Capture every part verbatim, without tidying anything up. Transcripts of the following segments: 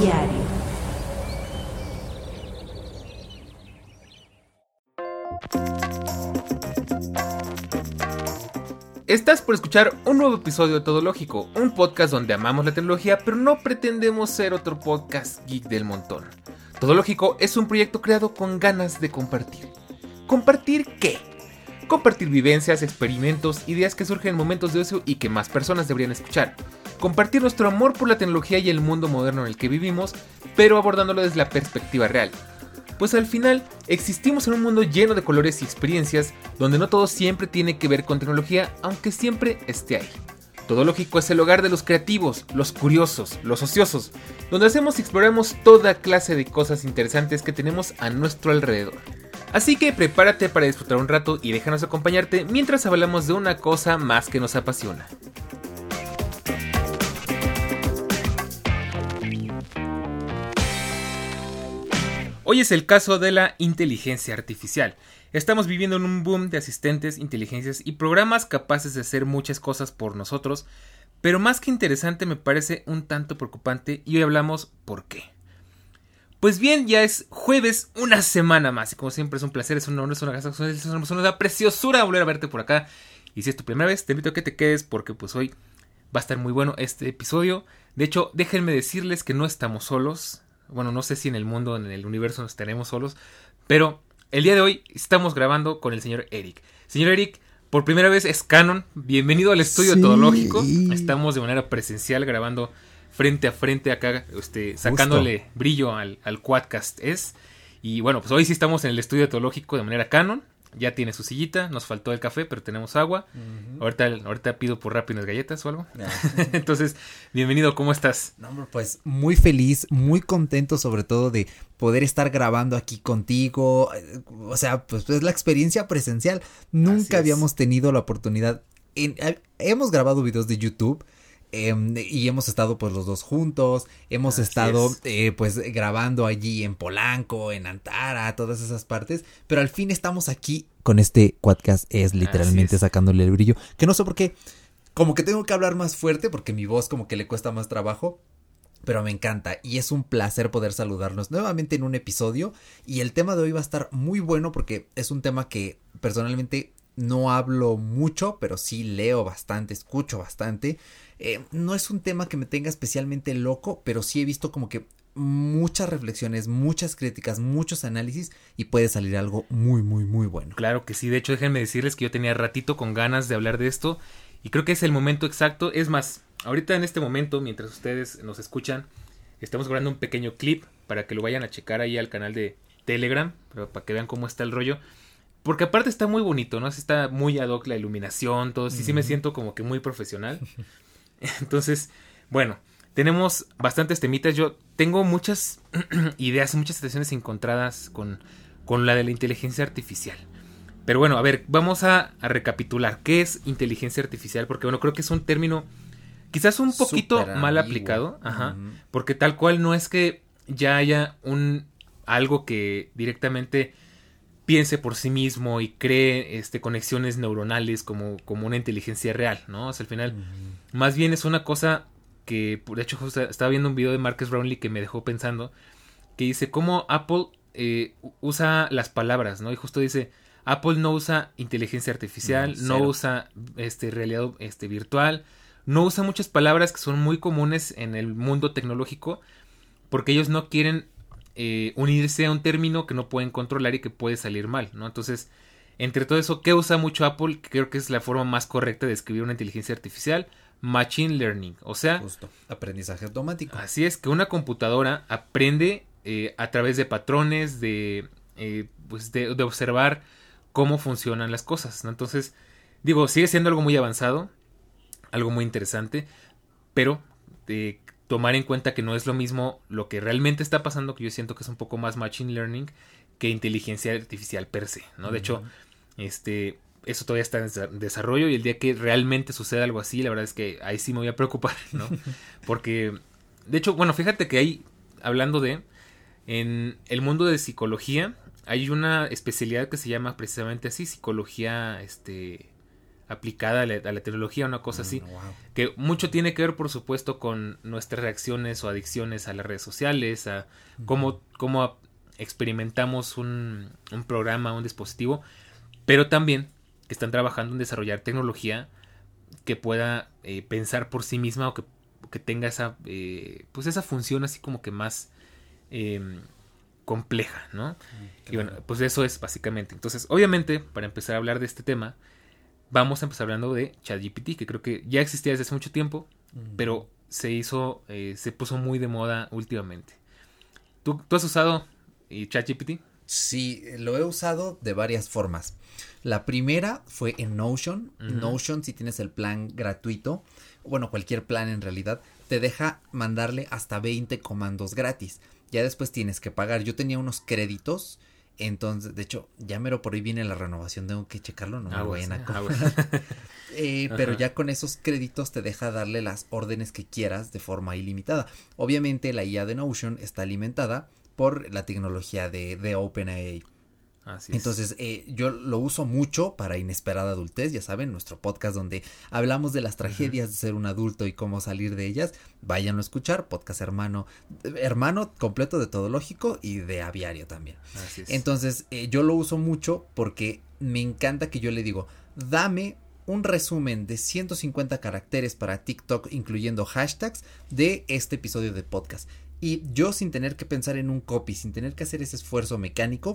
Diario. Estás por escuchar un nuevo episodio de Todo Lógico, un podcast donde amamos la tecnología, pero no pretendemos ser otro podcast geek del montón. Todo Lógico es un proyecto creado con ganas de compartir. ¿Compartir qué? Compartir vivencias, experimentos, ideas que surgen en momentos de ocio y que más personas deberían escuchar. Compartir nuestro amor por la tecnología y el mundo moderno en el que vivimos, pero abordándolo desde la perspectiva real. Pues al final, existimos en un mundo lleno de colores y experiencias, donde no todo siempre tiene que ver con tecnología, aunque siempre esté ahí. Todo Lógico es el hogar de los creativos, los curiosos, los ociosos, donde hacemos y exploramos toda clase de cosas interesantes que tenemos a nuestro alrededor. Así que prepárate para disfrutar un rato y déjanos acompañarte mientras hablamos de una cosa más que nos apasiona. Hoy es el caso de la inteligencia artificial. Estamos viviendo en un boom de asistentes, inteligencias y programas capaces de hacer muchas cosas por nosotros, pero más que interesante me parece un tanto preocupante y hoy hablamos por qué. Pues bien, ya es jueves, una semana más y como siempre es un placer, es un honor, es una, es una, es una preciosura volver a verte por acá. Y si es tu primera vez, te invito a que te quedes porque pues hoy va a estar muy bueno este episodio. De hecho, déjenme decirles que no estamos solos. Bueno, no sé si en el mundo, en el universo nos estaremos solos, pero el día de hoy estamos grabando con el señor Eric. Señor Eric, por primera vez es canon. Bienvenido al estudio sí. Todo Lógico. Estamos de manera presencial grabando frente a frente acá, este, sacándole Justo. brillo al, al Quadcast es. Y bueno, pues hoy sí estamos en el estudio Todo Lógico de manera canon. Ya tiene su sillita, nos faltó el café, pero tenemos agua. Uh-huh. Ahorita, ahorita pido por Rappi unas galletas o algo. Yeah. Entonces, bienvenido, ¿cómo estás? No, hombre, pues muy feliz, muy contento sobre todo de poder estar grabando aquí contigo. O sea, pues es la experiencia presencial. Nunca habíamos tenido la oportunidad. En, hemos grabado videos de YouTube. Eh, y hemos estado pues los dos juntos, hemos Así estado eh, pues grabando allí en Polanco, en Antara, todas esas partes, pero al fin estamos aquí con este podcast, es literalmente es. sacándole el brillo, que no sé por qué, como que tengo que hablar más fuerte porque mi voz como que le cuesta más trabajo, pero me encanta y es un placer poder saludarnos nuevamente en un episodio y el tema de hoy va a estar muy bueno porque es un tema que personalmente no hablo mucho, pero sí leo bastante, escucho bastante. Eh, no es un tema que me tenga especialmente loco, pero sí he visto como que muchas reflexiones, muchas críticas, muchos análisis y puede salir algo muy, muy, muy bueno. Claro que sí, de hecho déjenme decirles que yo tenía ratito con ganas de hablar de esto y creo que es el momento exacto. Es más, ahorita en este momento, mientras ustedes nos escuchan, estamos grabando un pequeño clip para que lo vayan a checar ahí al canal de Telegram, pero para que vean cómo está el rollo. Porque aparte está muy bonito, ¿no? Está muy ad hoc la iluminación, todo. Sí, mm. sí me siento como que muy profesional. Entonces, bueno, tenemos bastantes temitas. Yo tengo muchas ideas, muchas situaciones encontradas con, con la de la inteligencia artificial. Pero bueno, a ver, vamos a, a recapitular. ¿Qué es inteligencia artificial? Porque bueno, creo que es un término quizás un poquito Super mal amigo. aplicado. Ajá. Mm. Porque tal cual no es que ya haya un algo que directamente piense por sí mismo y cree este, conexiones neuronales como, como una inteligencia real, ¿no? O sea, al final, uh-huh. más bien es una cosa que, de hecho, justo estaba viendo un video de Marcus Brownlee que me dejó pensando, que dice cómo Apple eh, usa las palabras, ¿no? Y justo dice, Apple no usa inteligencia artificial, no, no usa este, realidad este, virtual, no usa muchas palabras que son muy comunes en el mundo tecnológico, porque ellos no quieren Eh, unirse a un término que no pueden controlar y que puede salir mal, ¿no? Entonces, entre todo eso, ¿qué usa mucho Apple? Creo que es la forma más correcta de describir una inteligencia artificial, Machine Learning, o sea, justo, aprendizaje automático. Así es, que una computadora aprende eh, a través de patrones, de, eh, pues de, de observar cómo funcionan las cosas, ¿no? Entonces, digo, sigue siendo algo muy avanzado, algo muy interesante, pero eh, tomar en cuenta que no es lo mismo lo que realmente está pasando, que yo siento que es un poco más machine learning que inteligencia artificial per se, ¿no? De uh-huh. hecho, este, eso todavía está en desarrollo y el día que realmente suceda algo así, la verdad es que ahí sí me voy a preocupar, ¿no? Porque, de hecho, bueno, fíjate que ahí, hablando de, en el mundo de psicología, hay una especialidad que se llama precisamente así, psicología, este, aplicada a la, a la tecnología, una cosa así, Mm, wow. que mucho tiene que ver, por supuesto, con nuestras reacciones o adicciones a las redes sociales, a cómo, cómo experimentamos un, un programa, un dispositivo, pero también que están trabajando en desarrollar tecnología que pueda eh, pensar por sí misma o que, que tenga esa, eh, pues esa función así como que más eh, compleja, ¿no? Claro. Y bueno, pues eso es básicamente. Entonces, obviamente, para empezar a hablar de este tema, vamos a empezar hablando de ChatGPT, que creo que ya existía desde hace mucho tiempo, Mm. pero se hizo, eh, se puso muy de moda últimamente. ¿Tú, tú has usado eh, ChatGPT? Sí, lo he usado de varias formas. La primera fue en Notion. Ujú. Notion, si tienes el plan gratuito, bueno, cualquier plan en realidad, te deja mandarle hasta veinte comandos gratis. Ya después tienes que pagar. Yo tenía unos créditos, entonces, de hecho, ya mero por ahí viene la renovación, tengo que checarlo, no me lo Aguas, vayan a eh, cobrar. aguas. Eh, pero Ajá. ya con esos créditos te deja darle las órdenes que quieras de forma ilimitada. Obviamente la I A de Notion está alimentada por la tecnología de, de OpenAI. Así es. Entonces eh, yo lo uso mucho para Inesperada Adultez, ya saben, nuestro podcast donde hablamos de las tragedias de ser un adulto y cómo salir de ellas. Váyanlo a escuchar, podcast hermano, hermano completo de Todo Lógico y de Aviario también. Así es. Entonces eh, yo lo uso mucho porque me encanta que yo le digo, dame un resumen de ciento cincuenta caracteres para TikTok, incluyendo hashtags, de este episodio de podcast. Y yo, sin tener que pensar en un copy, sin tener que hacer ese esfuerzo mecánico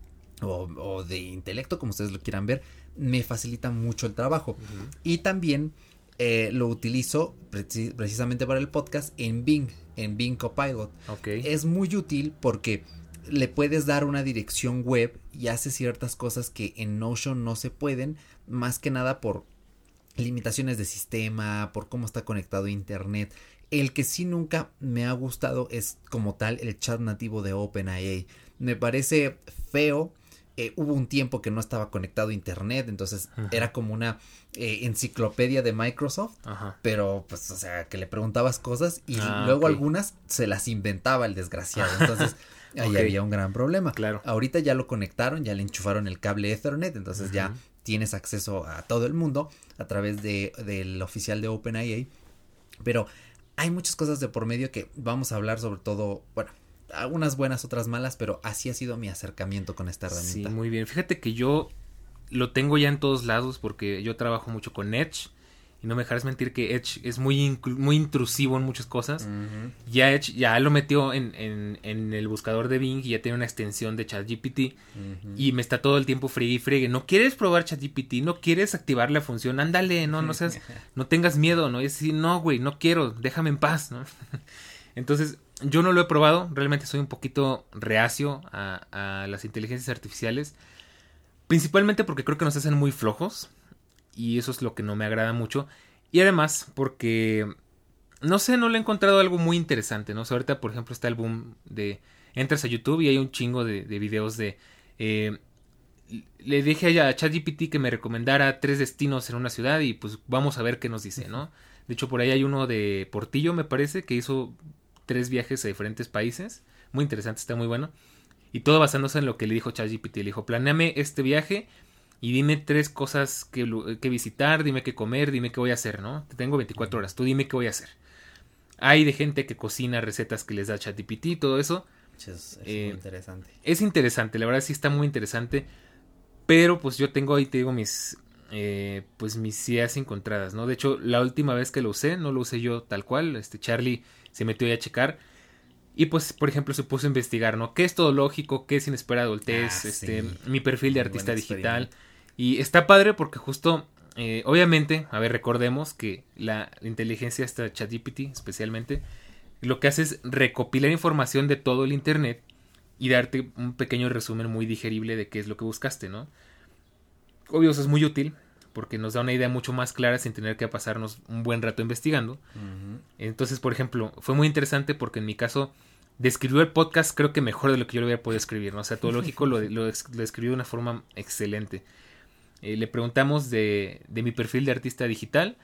o, o de intelecto, como ustedes lo quieran ver, me facilita mucho el trabajo. Ujú. Y también eh, lo utilizo preci- precisamente para el podcast en Bing, en Bing Copilot. Ok. Es muy útil porque le puedes dar una dirección web y hace ciertas cosas que en Notion no se pueden, más que nada por limitaciones de sistema, por cómo está conectado a internet. El que sí nunca me ha gustado es como tal el chat nativo de OpenAI. Me parece feo. Eh, hubo un tiempo que no estaba conectado a internet, entonces Ajá. era como una eh, enciclopedia de Microsoft, Ajá. pero pues o sea que le preguntabas cosas y Ah, luego ok. algunas se las inventaba el desgraciado, entonces ahí Ok. había un gran problema. Claro. Ahorita ya lo conectaron, ya le enchufaron el cable Ethernet, entonces ya Ujú. tienes acceso a todo el mundo a través de del oficial de OpenAI, pero hay muchas cosas de por medio que vamos a hablar, sobre todo, bueno, algunas buenas, otras malas, pero así ha sido mi acercamiento con esta herramienta. Sí, muy bien. Fíjate que yo lo tengo ya en todos lados porque yo trabajo mucho con Edge. Y no me dejarás mentir que Edge es muy, inclu- muy intrusivo en muchas cosas. Ujú. Ya Edge ya lo metió en, en, en el buscador de Bing y ya tiene una extensión de ChatGPT. Ujú. Y me está todo el tiempo friegue y friegue. ¿No quieres probar ChatGPT? ¿No quieres activar la función? Ándale, no, no seas, no tengas miedo, ¿no? Y es decir, no, güey, no quiero, déjame en paz, ¿no? Entonces, yo no lo he probado. Realmente soy un poquito reacio a, a las inteligencias artificiales. Principalmente porque creo que nos hacen muy flojos. Y eso es lo que no me agrada mucho. Y además porque, no sé, no le he encontrado algo muy interesante, ¿no? O sea, ahorita, por ejemplo, está el boom de... Entras a YouTube y hay un chingo de, de videos de... Eh, le dije a ChatGPT que me recomendara tres destinos en una ciudad y pues vamos a ver qué nos dice, ¿no? De hecho, por ahí hay uno de Portillo, me parece, que hizo tres viajes a diferentes países. Muy interesante, está muy bueno. Y todo basándose en lo que le dijo ChatGPT. Le dijo, planéame este viaje y dime tres cosas que, que visitar, dime qué comer, dime qué voy a hacer, ¿no? Te tengo veinticuatro horas, tú dime qué voy a hacer. Hay de gente que cocina recetas que les da ChatGPT y todo eso. Es, es Eh, muy interesante. Es interesante, la verdad sí está muy interesante. Pero pues yo tengo ahí, te digo, mis... Eh, pues mis ideas encontradas, ¿no? De hecho, la última vez que lo usé, no lo usé yo tal cual. Este Charlie se metió ahí a checar. Y pues, por ejemplo, se puso a investigar, ¿no? ¿Qué es Todo Lógico? ¿Qué es Inesperada Adultez? Ah, este, sí. mi perfil de Muy artista buen digital. experimento. Y está padre porque justo, eh, obviamente, a ver, recordemos que la inteligencia, esta ChatGPT especialmente, lo que hace es recopilar información de todo el internet y darte un pequeño resumen muy digerible de qué es lo que buscaste, ¿no? Obvio, eso es muy útil porque nos da una idea mucho más clara sin tener que pasarnos un buen rato investigando. Ujú. Entonces, por ejemplo, fue muy interesante porque en mi caso describió el podcast creo que mejor de lo que yo lo hubiera podido escribir, ¿no? O sea, Todo Lógico lo, lo, lo escribió de una forma excelente. Eh, le preguntamos de, de mi perfil de artista digital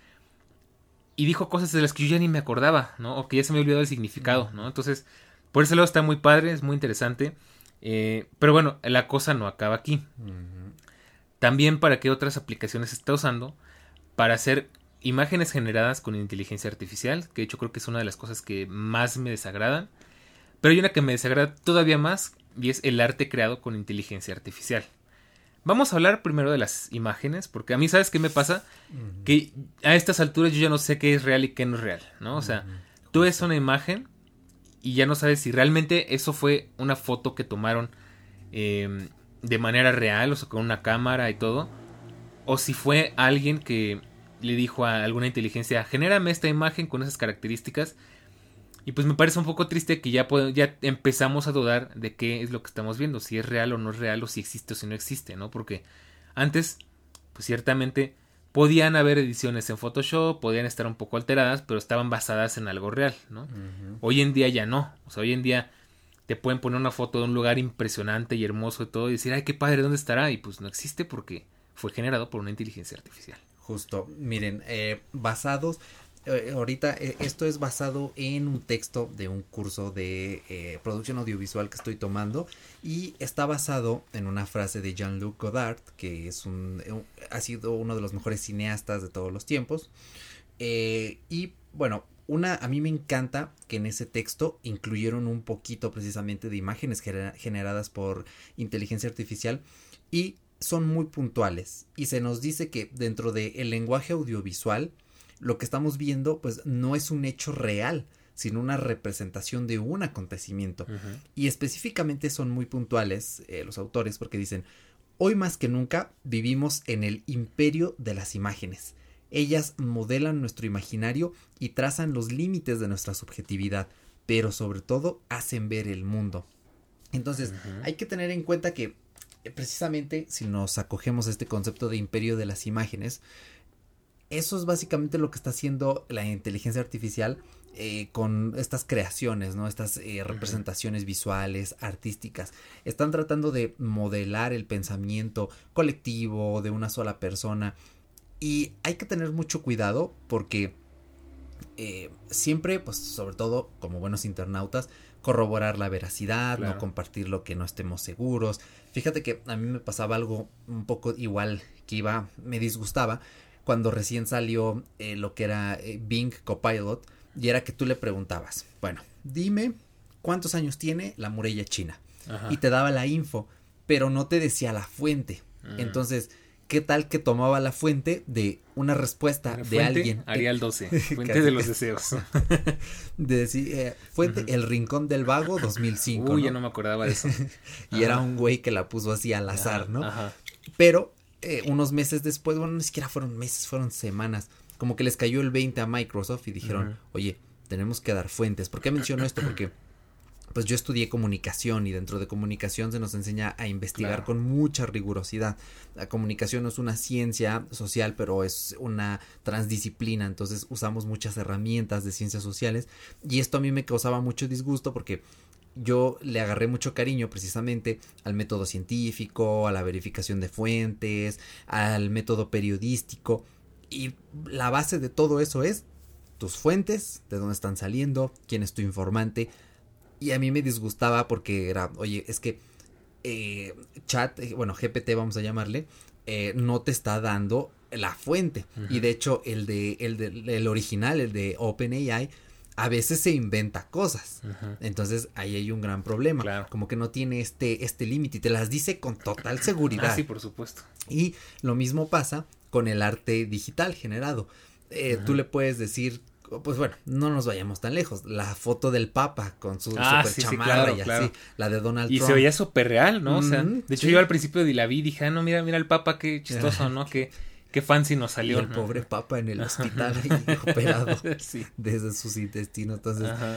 y dijo cosas de las que yo ya ni me acordaba, ¿no? O que ya se me había olvidado el significado, ¿no? Entonces, por ese lado está muy padre, es muy interesante. Eh, pero bueno, la cosa no acaba aquí. Ujú. También para qué otras aplicaciones está usando. para hacer imágenes generadas con inteligencia artificial, que de hecho creo que es una de las cosas que más me desagradan. Pero hay una que me desagrada todavía más, y es el arte creado con inteligencia artificial. Vamos a hablar primero de las imágenes, porque a mí, ¿sabes qué me pasa? Uh-huh. Que a estas alturas yo ya no sé qué es real y qué no es real, ¿no? O sea, uh-huh. tú ves una imagen y ya no sabes si realmente eso fue una foto que tomaron eh, de manera real, o sea, con una cámara y todo, o si fue alguien que le dijo a alguna inteligencia, genérame esta imagen con esas características. Y pues me parece un poco triste que ya, pod- ya empezamos a dudar de qué es lo que estamos viendo, si es real o no es real, o si existe o si no existe, ¿no? Porque antes, pues ciertamente podían haber ediciones en Photoshop, podían estar un poco alteradas, pero estaban basadas en algo real, ¿no? Uh-huh. Hoy en día ya no, o sea, hoy en día te pueden poner una foto de un lugar impresionante y hermoso y todo y decir, ay, qué padre, ¿dónde estará? Y pues no existe porque fue generado por una inteligencia artificial. Justo, miren, eh, basados... Eh, ahorita eh, esto es basado en un texto de un curso de eh, producción audiovisual que estoy tomando y está basado en una frase de Jean-Luc Godard, que es un, un ha sido uno de los mejores cineastas de todos los tiempos, eh, y bueno, una a mí me encanta que en ese texto incluyeron un poquito precisamente de imágenes genera- generadas por inteligencia artificial y son muy puntuales y se nos dice que dentro del lenguaje audiovisual lo que estamos viendo, pues, no es un hecho real, sino una representación de un acontecimiento. Uh-huh. Y específicamente son muy puntuales eh, los autores porque dicen, hoy más que nunca vivimos en el imperio de las imágenes. Ellas modelan nuestro imaginario y trazan los límites de nuestra subjetividad, pero sobre todo hacen ver el mundo. Entonces, uh-huh. hay que tener en cuenta que eh, precisamente si nos acogemos a este concepto de imperio de las imágenes, eso es básicamente lo que está haciendo la inteligencia artificial eh, con estas creaciones, ¿no? Estas eh, representaciones uh-huh. visuales, artísticas. Están tratando de modelar el pensamiento colectivo de una sola persona. Y hay que tener mucho cuidado porque eh, siempre, pues sobre todo como buenos internautas, corroborar la veracidad, claro. no compartir lo que no estemos seguros. Fíjate que a mí me pasaba algo un poco igual que iba, me disgustaba. Cuando recién salió eh, lo que era eh, Bing Copilot, y era que tú le preguntabas, bueno, dime cuántos años tiene la muralla china. Ajá. Y te daba la info, pero no te decía la fuente. Mm. Entonces, ¿qué tal que tomaba la fuente de una respuesta la de fuente, alguien? Arial doce, fuente de los deseos. de decir, eh, fuente, uh-huh. El Rincón del Vago dos mil cinco. Uy, ¿no? ya no me acordaba de eso. y Ajá. era un güey que la puso así al azar, Ajá. ¿no? Ajá. Pero... Eh, unos meses después, bueno, ni siquiera fueron meses, fueron semanas, como que les cayó el veinte a Microsoft y dijeron, uh-huh. oye, tenemos que dar fuentes. ¿Por qué menciono esto? Porque pues yo estudié comunicación y dentro de comunicación se nos enseña a investigar claro. con mucha rigurosidad. La comunicación no es una ciencia social, pero es una transdisciplina, entonces usamos muchas herramientas de ciencias sociales y esto a mí me causaba mucho disgusto porque yo le agarré mucho cariño precisamente al método científico, a la verificación de fuentes, al método periodístico y la base de todo eso es tus fuentes, de dónde están saliendo, quién es tu informante y a mí me disgustaba porque era, oye, es que eh, chat, eh, bueno, G P T vamos a llamarle, eh, no te está dando la fuente uh-huh. y de hecho el de, el de, el original, el de OpenAI, a veces se inventa cosas, uh-huh. entonces ahí hay un gran problema, claro. como que no tiene este, este límite y te las dice con total seguridad. Ah, sí, por supuesto. Y lo mismo pasa con el arte digital generado, eh, uh-huh. tú le puedes decir, pues bueno, no nos vayamos tan lejos, la foto del Papa con su ah, super sí, chamarra sí, claro, y así, claro. la de Donald y Trump. Y se veía súper real, ¿no? Mm-hmm, o sea, de hecho sí. yo al principio la vi y dije, ah, no, mira, mira el Papa, qué chistoso, ¿no? Qué... Qué fancy nos salió. Y el ¿no? pobre Papa en el hospital ahí operado sí. desde sus intestinos. Entonces, Ajá.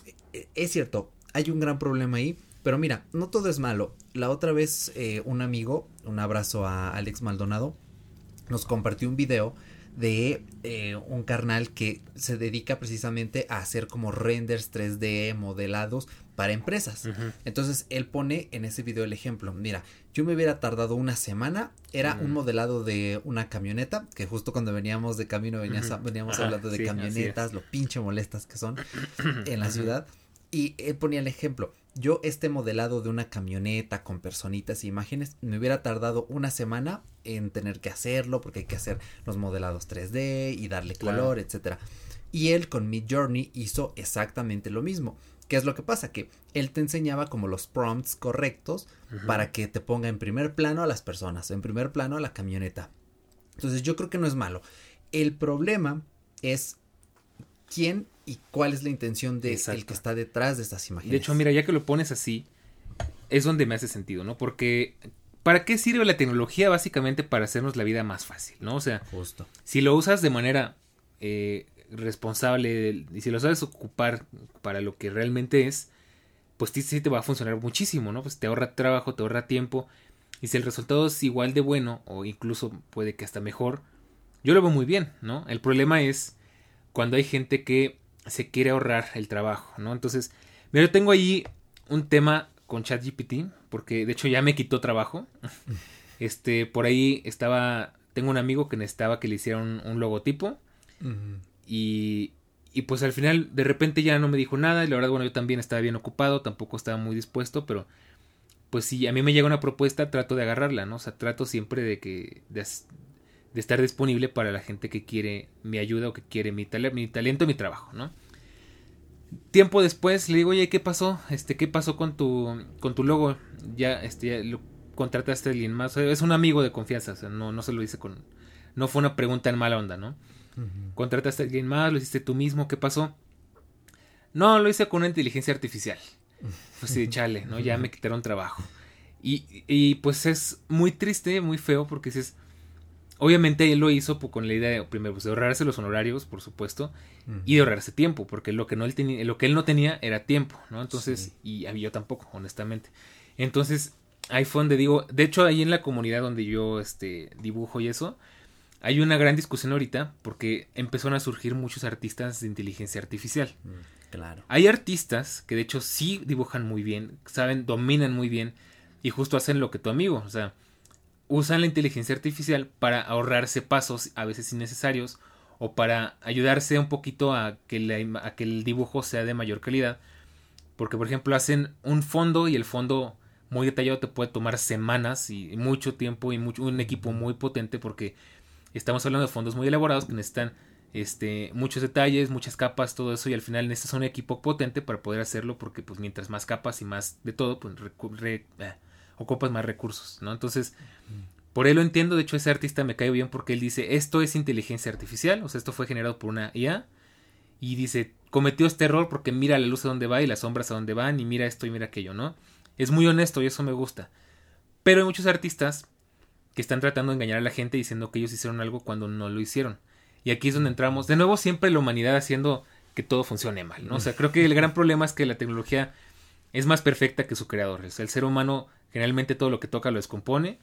es cierto, hay un gran problema ahí. Pero mira, no todo es malo. La otra vez eh, un amigo, un abrazo a Alex Maldonado, nos compartió un video de eh, un carnal que se dedica precisamente a hacer como renders tres D modelados para empresas. Uh-huh. Entonces él pone en ese video el ejemplo, mira, yo me hubiera tardado una semana, era uh-huh. un modelado de una camioneta, que justo cuando veníamos de camino venías, uh-huh. veníamos uh-huh. hablando de sí, camionetas, lo pinche molestas que son en la uh-huh. ciudad, y él ponía el ejemplo, yo este modelado de una camioneta con personitas e imágenes me hubiera tardado una semana en tener que hacerlo porque hay que hacer los modelados tres D y darle color, claro, etcétera. Y él con Midjourney hizo exactamente lo mismo. ¿Qué es lo que pasa? Que él te enseñaba como los prompts correctos uh-huh. para que te ponga en primer plano a las personas, en primer plano a la camioneta. Entonces yo creo que no es malo. El problema es quién y cuál es la intención de el que está detrás de estas imágenes. De hecho, mira, ya que lo pones así, es donde me hace sentido, ¿no? Porque ¿para qué sirve la tecnología? Básicamente para hacernos la vida más fácil, ¿no? O sea, justo. Si lo usas de manera eh, responsable y si lo sabes ocupar para lo que realmente es, pues sí, sí te va a funcionar muchísimo, ¿no? Pues te ahorra trabajo, te ahorra tiempo. Y si el resultado es igual de bueno o incluso puede que hasta mejor, yo lo veo muy bien, ¿no? El problema es cuando hay gente que se quiere ahorrar el trabajo, ¿no? Entonces, mira, yo tengo ahí un tema con ChatGPT, porque de hecho ya me quitó trabajo. Este, por ahí estaba, tengo un amigo que necesitaba que le hiciera un, un logotipo. Uh-huh. Y, y pues al final de repente ya no me dijo nada. Y la verdad, bueno, yo también estaba bien ocupado, tampoco estaba muy dispuesto, pero pues si a mí me llega una propuesta, trato de agarrarla, ¿no? O sea, trato siempre de que... De, de estar disponible para la gente que quiere mi ayuda o que quiere mi, tal- mi talento, mi trabajo, ¿no? Tiempo después le digo, oye, ¿qué pasó? Este, ¿qué pasó con tu, con tu logo? Ya, este, ya lo contrataste a alguien más. O sea, es un amigo de confianza, o sea, no, no se lo hice con, no fue una pregunta en mala onda, ¿no? Uh-huh. Contrataste a alguien más, lo hiciste tú mismo, ¿qué pasó? No, lo hice con una inteligencia artificial. Pues sí, chale, ¿no? Ya me quitaron trabajo. Y, y pues es muy triste, muy feo, porque dices, obviamente él lo hizo con la idea de, primero, pues, de ahorrarse los honorarios, por supuesto, uh-huh. y de ahorrarse tiempo, porque lo que no él tenía, lo que él no tenía era tiempo, ¿no? Entonces, sí. Y yo tampoco, honestamente. Entonces, ahí fue donde digo, de hecho, ahí en la comunidad donde yo este dibujo y eso, hay una gran discusión ahorita, porque empezaron a surgir muchos artistas de inteligencia artificial. Mm, claro. Hay artistas que de hecho sí dibujan muy bien, saben, dominan muy bien, y justo hacen lo que tu amigo, o sea, usan la inteligencia artificial para ahorrarse pasos a veces innecesarios o para ayudarse un poquito a que, la, a que el dibujo sea de mayor calidad. Porque, por ejemplo, hacen un fondo y el fondo muy detallado te puede tomar semanas y mucho tiempo y mucho, un equipo muy potente porque estamos hablando de fondos muy elaborados que necesitan este, muchos detalles, muchas capas, todo eso y al final necesitas un equipo potente para poder hacerlo porque pues mientras más capas y más de todo, pues recu- re, eh, ocupas más recursos, ¿no? Entonces, por él lo entiendo, de hecho ese artista me cae bien porque él dice, esto es inteligencia artificial, o sea, esto fue generado por una I A, y dice, cometió este error porque mira la luz a dónde va y las sombras a dónde van, y mira esto y mira aquello, ¿no? Es muy honesto y eso me gusta. Pero hay muchos artistas que están tratando de engañar a la gente diciendo que ellos hicieron algo cuando no lo hicieron. Y aquí es donde entramos, de nuevo siempre la humanidad haciendo que todo funcione mal, ¿no? O sea, creo que el gran problema es que la tecnología es más perfecta que su creador. O sea, el ser humano generalmente todo lo que toca lo descompone.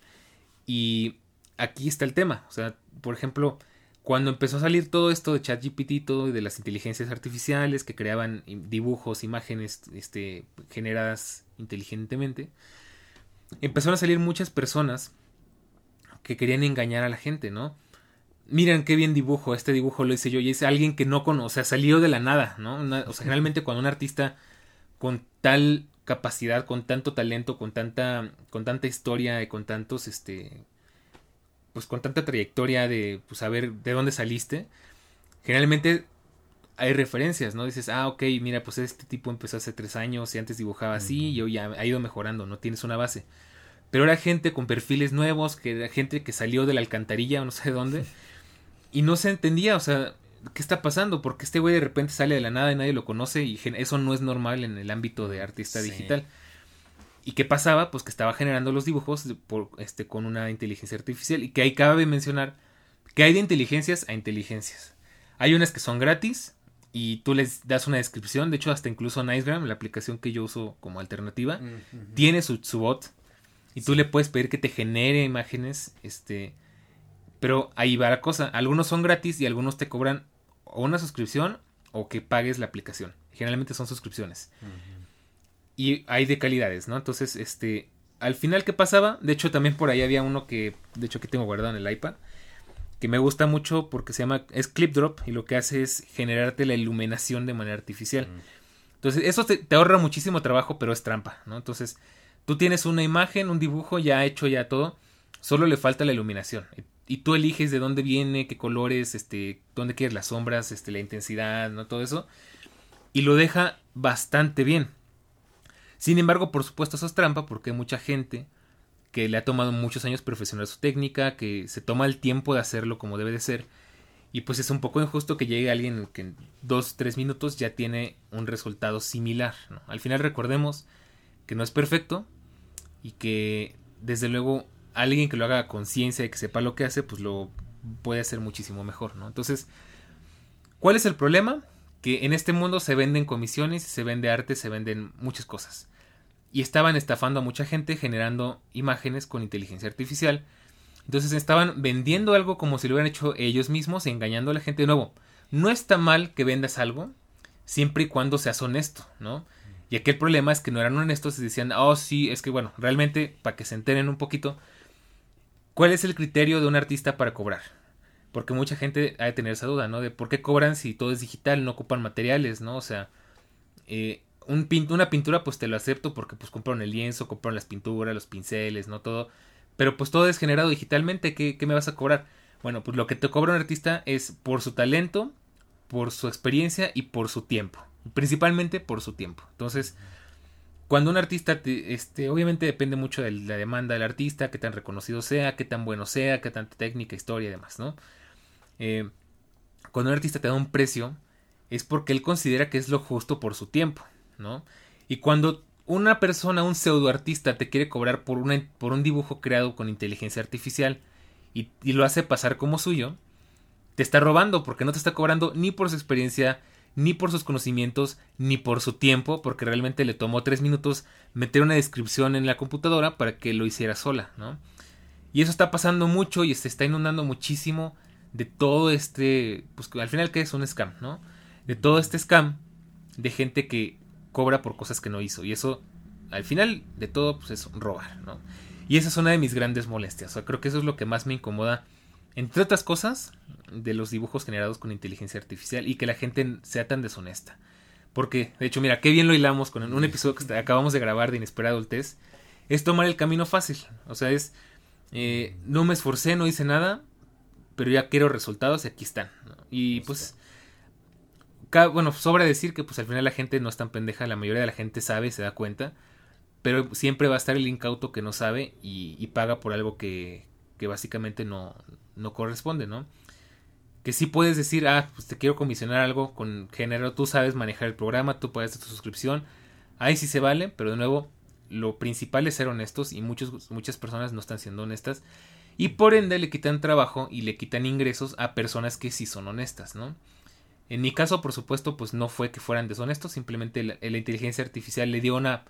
Y aquí está el tema. O sea, por ejemplo, cuando empezó a salir todo esto de ChatGPT, todo de las inteligencias artificiales que creaban dibujos, imágenes este, generadas inteligentemente, empezaron a salir muchas personas que querían engañar a la gente, ¿no? Miren qué bien dibujo, este dibujo lo hice yo y es alguien que no conoce, o sea, salió de la nada, ¿no? Una, o sea, generalmente cuando un artista con tal capacidad, con tanto talento, con tanta, con tanta historia y con tantos, este, pues con tanta trayectoria de, pues saber de dónde saliste, generalmente hay referencias, ¿no? Dices, ah, ok, mira, pues este tipo empezó hace tres años y antes dibujaba así uh-huh. y hoy ha ido mejorando, ¿no? Tienes una base. Pero era gente con perfiles nuevos, que era gente que salió de la alcantarilla o no sé de dónde, y no se entendía, o sea, ¿qué está pasando? Porque este güey de repente sale de la nada y nadie lo conoce y eso no es normal en el ámbito de artista sí. digital. ¿Y qué pasaba? Pues que estaba generando los dibujos por, este, con una inteligencia artificial y que ahí cabe mencionar que hay de inteligencias a inteligencias. Hay unas que son gratis y tú les das una descripción, de hecho hasta incluso Nicegram, la aplicación que yo uso como alternativa, uh-huh. tiene su, su bot y sí. tú le puedes pedir que te genere imágenes, este... Pero ahí va la cosa. Algunos son gratis y algunos te cobran o una suscripción o que pagues la aplicación. Generalmente son suscripciones. Uh-huh. Y hay de calidades, ¿no? Entonces, este... Al final, ¿qué pasaba? De hecho, también por ahí había uno que... De hecho, que tengo guardado en el iPad. Que me gusta mucho porque se llama... Es ClipDrop. Y lo que hace es generarte la iluminación de manera artificial. Uh-huh. Entonces, eso te, te ahorra muchísimo trabajo, pero es trampa, ¿no? Entonces, tú tienes una imagen, un dibujo ya hecho, ya todo, solo le falta la iluminación. Y, y tú eliges de dónde viene, qué colores, este, dónde quieres las sombras, este, la intensidad, ¿no? Todo eso. Y lo deja bastante bien. Sin embargo, por supuesto, eso es trampa porque hay mucha gente que le ha tomado muchos años perfeccionar su técnica, que se toma el tiempo de hacerlo como debe de ser. Y pues es un poco injusto que llegue alguien que en dos, tres minutos ya tiene un resultado similar, ¿no? Al final recordemos que no es perfecto y que desde luego alguien que lo haga a conciencia y que sepa lo que hace, pues lo puede hacer muchísimo mejor, ¿no? Entonces, ¿cuál es el problema? Que en este mundo se venden comisiones, se vende arte, se venden muchas cosas. Y estaban estafando a mucha gente generando imágenes con inteligencia artificial. Entonces estaban vendiendo algo como si lo hubieran hecho ellos mismos y engañando a la gente. De nuevo, no está mal que vendas algo siempre y cuando seas honesto, ¿no? Y aquí el problema es que no eran honestos y decían, oh sí, es que bueno, realmente para que se enteren un poquito, ¿cuál es el criterio de un artista para cobrar? Porque mucha gente ha de tener esa duda, ¿no? De por qué cobran si todo es digital, no ocupan materiales, ¿no? O sea, eh, un pint- una pintura pues te lo acepto porque pues compraron el lienzo, compraron las pinturas, los pinceles, ¿no? Todo. Pero pues todo es generado digitalmente, ¿qué, qué me vas a cobrar? Bueno, pues lo que te cobra un artista es por su talento, por su experiencia y por su tiempo. Principalmente por su tiempo. Entonces, cuando un artista, te, este, obviamente depende mucho de la demanda del artista, qué tan reconocido sea, qué tan bueno sea, qué tanta técnica, historia y demás, ¿no? Eh, cuando un artista te da un precio, es porque él considera que es lo justo por su tiempo, ¿no? Y cuando una persona, un pseudoartista, te quiere cobrar por, una, por un dibujo creado con inteligencia artificial y, y lo hace pasar como suyo, te está robando porque no te está cobrando ni por su experiencia, ni por sus conocimientos, ni por su tiempo, porque realmente le tomó tres minutos meter una descripción en la computadora para que lo hiciera sola, ¿no? Y eso está pasando mucho y se está inundando muchísimo de todo este, pues al final que es un scam, ¿no? De todo este scam de gente que cobra por cosas que no hizo. Y eso, al final de todo, pues es robar, ¿no? Y esa es una de mis grandes molestias. O sea, creo que eso es lo que más me incomoda, entre otras cosas, de los dibujos generados con inteligencia artificial y que la gente sea tan deshonesta. Porque, de hecho, mira, qué bien lo hilamos con un episodio que acabamos de grabar de Inesperada Adultez. Es tomar el camino fácil. O sea, es, eh, no me esforcé, no hice nada, pero ya quiero resultados y aquí están, ¿no? Y pues... Bueno, sobra decir que pues al final la gente no es tan pendeja, la mayoría de la gente sabe, se da cuenta, pero siempre va a estar el incauto que no sabe y, y paga por algo que, que básicamente no, no corresponde, ¿no? Que sí puedes decir, ah, pues te quiero comisionar algo con género, tú sabes manejar el programa, tú pagas tu suscripción, ahí sí se vale, pero de nuevo, lo principal es ser honestos y muchos, muchas personas no están siendo honestas y por ende le quitan trabajo y le quitan ingresos a personas que sí son honestas, ¿no? En mi caso, por supuesto, pues no fue que fueran deshonestos, simplemente la, la inteligencia artificial le dio una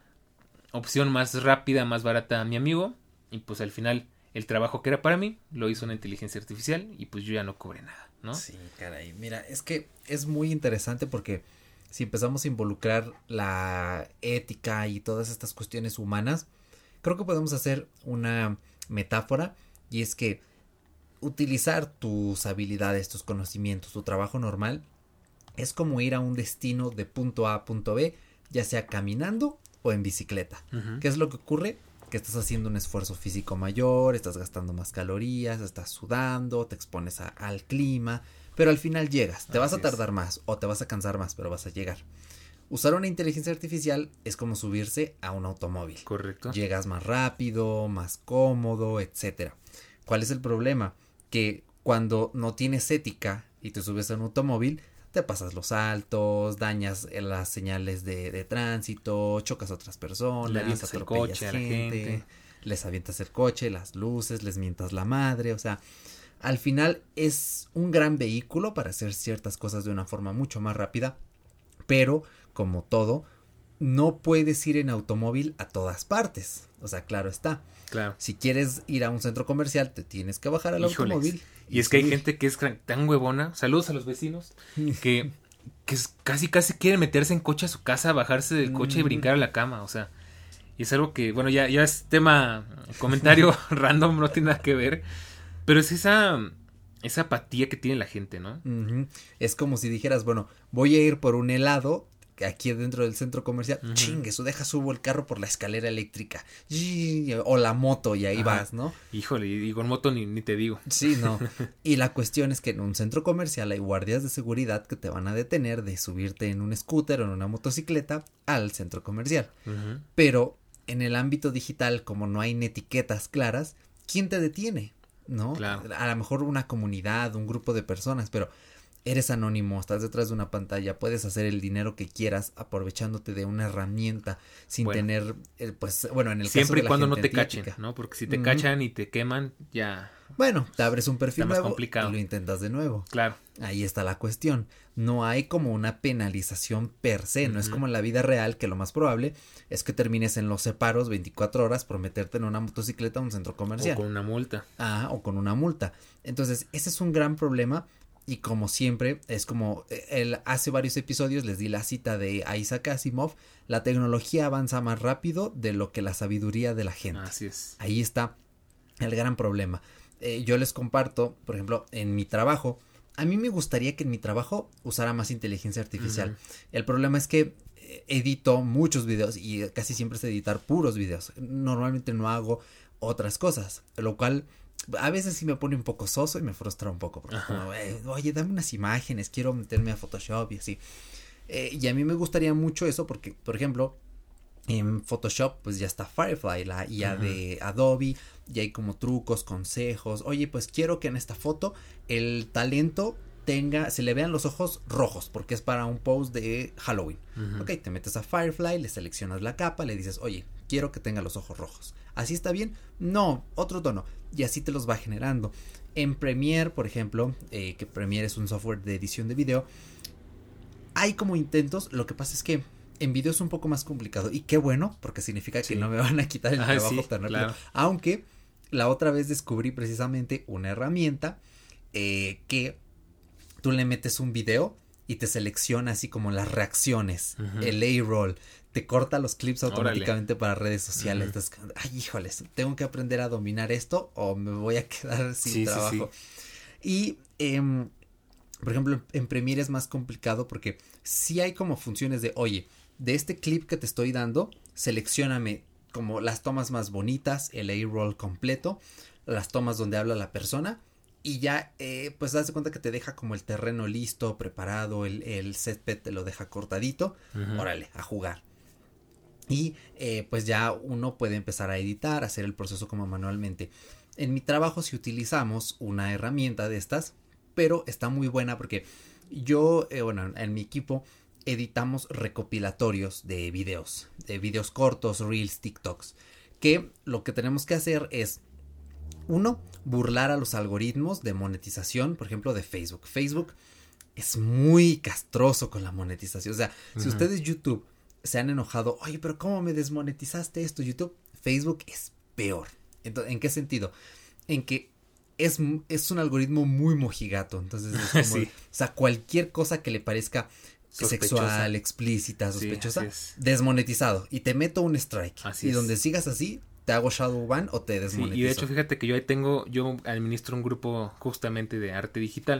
opción más rápida, más barata a mi amigo, y pues al final el trabajo que era para mí lo hizo una inteligencia artificial y pues yo ya no cobré nada, ¿no? Sí, caray, mira, es que es muy interesante porque si empezamos a involucrar la ética y todas estas cuestiones humanas, creo que podemos hacer una metáfora y es que utilizar tus habilidades, tus conocimientos, tu trabajo normal es como ir a un destino de punto A a punto B, ya sea caminando o en bicicleta. Uh-huh. ¿Qué es lo que ocurre? Que estás haciendo un esfuerzo físico mayor, estás gastando más calorías, estás sudando, te expones a, al clima, pero al final llegas. Te Así vas a tardar es. más o te vas a cansar más, pero vas a llegar. Usar una inteligencia artificial es como subirse a un automóvil. Correcto. Llegas más rápido, más cómodo, etcétera. ¿Cuál es el problema? Que cuando no tienes ética y te subes a un automóvil, te pasas los altos, dañas las señales de, de tránsito, chocas a otras personas, atropellas el coche, gente, a la gente, les avientas el coche, las luces, les mientas la madre, o sea, al final es un gran vehículo para hacer ciertas cosas de una forma mucho más rápida, pero como todo, no puedes ir en automóvil a todas partes, o sea, claro está. Claro. Si quieres ir a un centro comercial, te tienes que bajar al Híjoles. automóvil. Y, y es que subir. Hay gente que es tan huevona. Saludos a los vecinos. Que, que es, casi, casi quieren meterse en coche a su casa, bajarse del coche mm. y brincar a la cama. O sea, y es algo que, bueno, ya, ya es tema, comentario random, no tiene nada que ver. Pero es esa, esa apatía que tiene la gente, ¿no? Uh-huh. Es como si dijeras, bueno, voy a ir por un helado aquí dentro del centro comercial, uh-huh. chingue, eso deja subo el carro por la escalera eléctrica, o la moto y ahí Ajá. vas, ¿no? Híjole, y con moto ni, ni te digo. Sí, no, y la cuestión es que en un centro comercial hay guardias de seguridad que te van a detener de subirte en un scooter o en una motocicleta al centro comercial, uh-huh. pero en el ámbito digital, como no hay etiquetas claras, ¿quién te detiene? ¿No? Claro. A lo mejor una comunidad, un grupo de personas, pero eres anónimo, estás detrás de una pantalla, puedes hacer el dinero que quieras aprovechándote de una herramienta sin bueno, tener, eh, pues, bueno, en el siempre caso de la y cuando no te antiética. cachen, ¿no? Porque si te mm. cachan y te queman, ya. Bueno, te abres un perfil nuevo complicado. y lo intentas de nuevo. Claro. Ahí está la cuestión. No hay como una penalización per se, uh-huh. no es como en la vida real que lo más probable es que termines en los separos veinticuatro horas por meterte en una motocicleta a un centro comercial. O con una multa. Ah, o con una multa. Entonces, ese es un gran problema. Y como siempre, es como él hace varios episodios les di la cita de Isaac Asimov, la tecnología avanza más rápido de lo que la sabiduría de la gente. Así es. Ahí está el gran problema. Eh, yo les comparto, por ejemplo, en mi trabajo, a mí me gustaría que en mi trabajo usara más inteligencia artificial. Uh-huh. El problema es que edito muchos videos y casi siempre es editar puros videos. Normalmente no hago otras cosas, lo cual a veces sí me pone un poco soso y me frustra un poco. Porque como, eh, oye, dame unas imágenes, quiero meterme a Photoshop y así. Eh, y a mí me gustaría mucho eso porque, por ejemplo, en Photoshop pues ya está Firefly, la I A uh-huh. de Adobe, y hay como trucos, consejos. Oye, pues quiero que en esta foto el talento tenga, se le vean los ojos rojos porque es para un post de Halloween. Uh-huh. Ok, te metes a Firefly, le seleccionas la capa, le dices, oye, quiero que tenga los ojos rojos. ¿Así está bien? No, otro tono. Y así te los va generando. En Premiere, por ejemplo, eh, que Premiere es un software de edición de video, hay como intentos, lo que pasa es que en video es un poco más complicado. Y qué bueno, porque significa sí. que no me van a quitar el ah, trabajo sí, tan rápido. Claro. Aunque la otra vez descubrí precisamente una herramienta eh, que tú le metes un video y te selecciona así como las reacciones, uh-huh. el A-roll, te corta los clips automáticamente Órale. Para redes sociales. Uh-huh. Entonces, ay, híjoles, tengo que aprender a dominar esto o me voy a quedar sin sí, trabajo. Sí, sí. Y, eh, por ejemplo, en Premiere es más complicado porque sí hay como funciones de, oye, de este clip que te estoy dando, seleccióname como las tomas más bonitas, el A-roll completo, las tomas donde habla la persona. Y ya, eh, pues, das de cuenta que te deja como el terreno listo, preparado, el, el césped te lo deja cortadito. Uh-huh. Órale, a jugar. Y, eh, pues, ya uno puede empezar a editar, hacer el proceso como manualmente. En mi trabajo sí utilizamos una herramienta de estas, pero está muy buena porque yo, eh, bueno, en mi equipo editamos recopilatorios de videos, de videos cortos, reels, TikToks, que lo que tenemos que hacer es uno, burlar a los algoritmos de monetización, por ejemplo, de Facebook. Facebook es muy castroso con la monetización. O sea, uh-huh. si ustedes YouTube se han enojado, oye, pero ¿cómo me desmonetizaste esto, YouTube? Facebook es peor. Entonces, ¿en qué sentido? En que es, es un algoritmo muy mojigato. Entonces, es como, sí. o sea, cualquier cosa que le parezca sospechosa. Sexual, explícita, sospechosa, sí, desmonetizado. Y te meto un strike. Así y es. donde sigas así, te hago shadow ban o te desmonetizo. Sí, y de hecho, fíjate que yo ahí tengo, yo administro un grupo justamente de arte digital.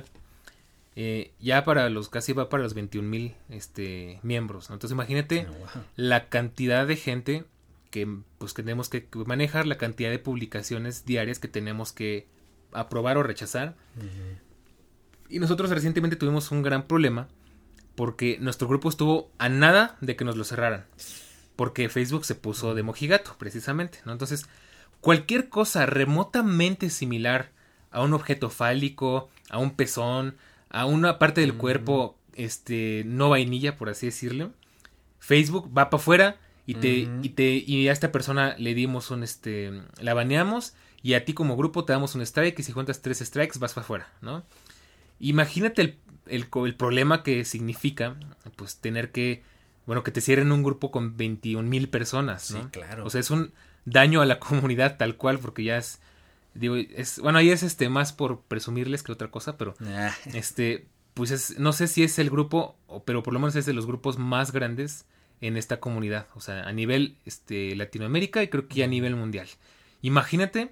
Eh, ya para los, casi va para los veintiún mil este, miembros, ¿no? Entonces imagínate oh, wow. la cantidad de gente que pues tenemos que manejar, la cantidad de publicaciones diarias que tenemos que aprobar o rechazar. Uh-huh. Y nosotros recientemente tuvimos un gran problema porque nuestro grupo estuvo a nada de que nos lo cerraran. Porque Facebook se puso de mojigato, precisamente, ¿no? Entonces, cualquier cosa remotamente similar a un objeto fálico, a un pezón, a una parte del mm. cuerpo, este, no vainilla, por así decirlo, Facebook va para afuera y te, mm. y te, y a esta persona le dimos un, este, la baneamos y a ti como grupo te damos un strike y si juntas tres strikes vas para afuera, ¿no? Imagínate el, el, el problema que significa, pues, tener que Bueno, que te cierren un grupo con veintiún mil personas, ¿no? Sí, claro. O sea, es un daño a la comunidad tal cual, porque ya es, digo, es, bueno, ahí es este más por presumirles que otra cosa, pero ah. este, pues es, no sé si es el grupo, pero por lo menos es de los grupos más grandes en esta comunidad, o sea, a nivel este Latinoamérica y creo que ya a nivel mundial. Imagínate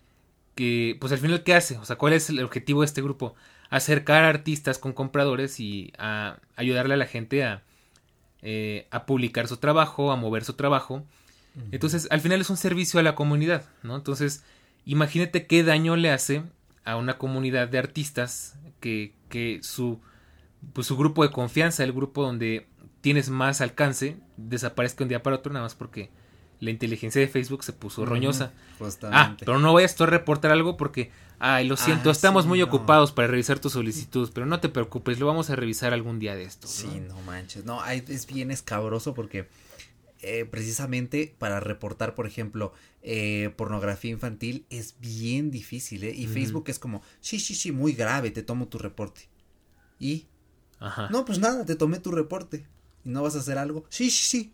que, pues al final, ¿qué hace? O sea, ¿cuál es el objetivo de este grupo? Acercar a artistas con compradores y a ayudarle a la gente a eh, a publicar su trabajo, a mover su trabajo. Uh-huh. Entonces, al final es un servicio a la comunidad, ¿no? Entonces, imagínate qué daño le hace a una comunidad de artistas que, que su, pues, su grupo de confianza, el grupo donde tienes más alcance, desaparezca un día para otro, nada más porque la inteligencia de Facebook se puso uh-huh, roñosa. Justamente. Ah, pero no vayas tú a reportar algo porque, ay, lo siento, ah, estamos sí, muy no. ocupados para revisar tu solicitud, pero no te preocupes, lo vamos a revisar algún día de esto. Sí, no, no manches, no, es bien escabroso porque eh, precisamente para reportar, por ejemplo, eh, pornografía infantil es bien difícil, ¿eh? Y uh-huh. Facebook es como, sí, sí, sí, muy grave, te tomo tu reporte. ¿Y? Ajá. No, pues nada, te tomé tu reporte. ¿Y no vas a hacer algo? Sí, sí, sí.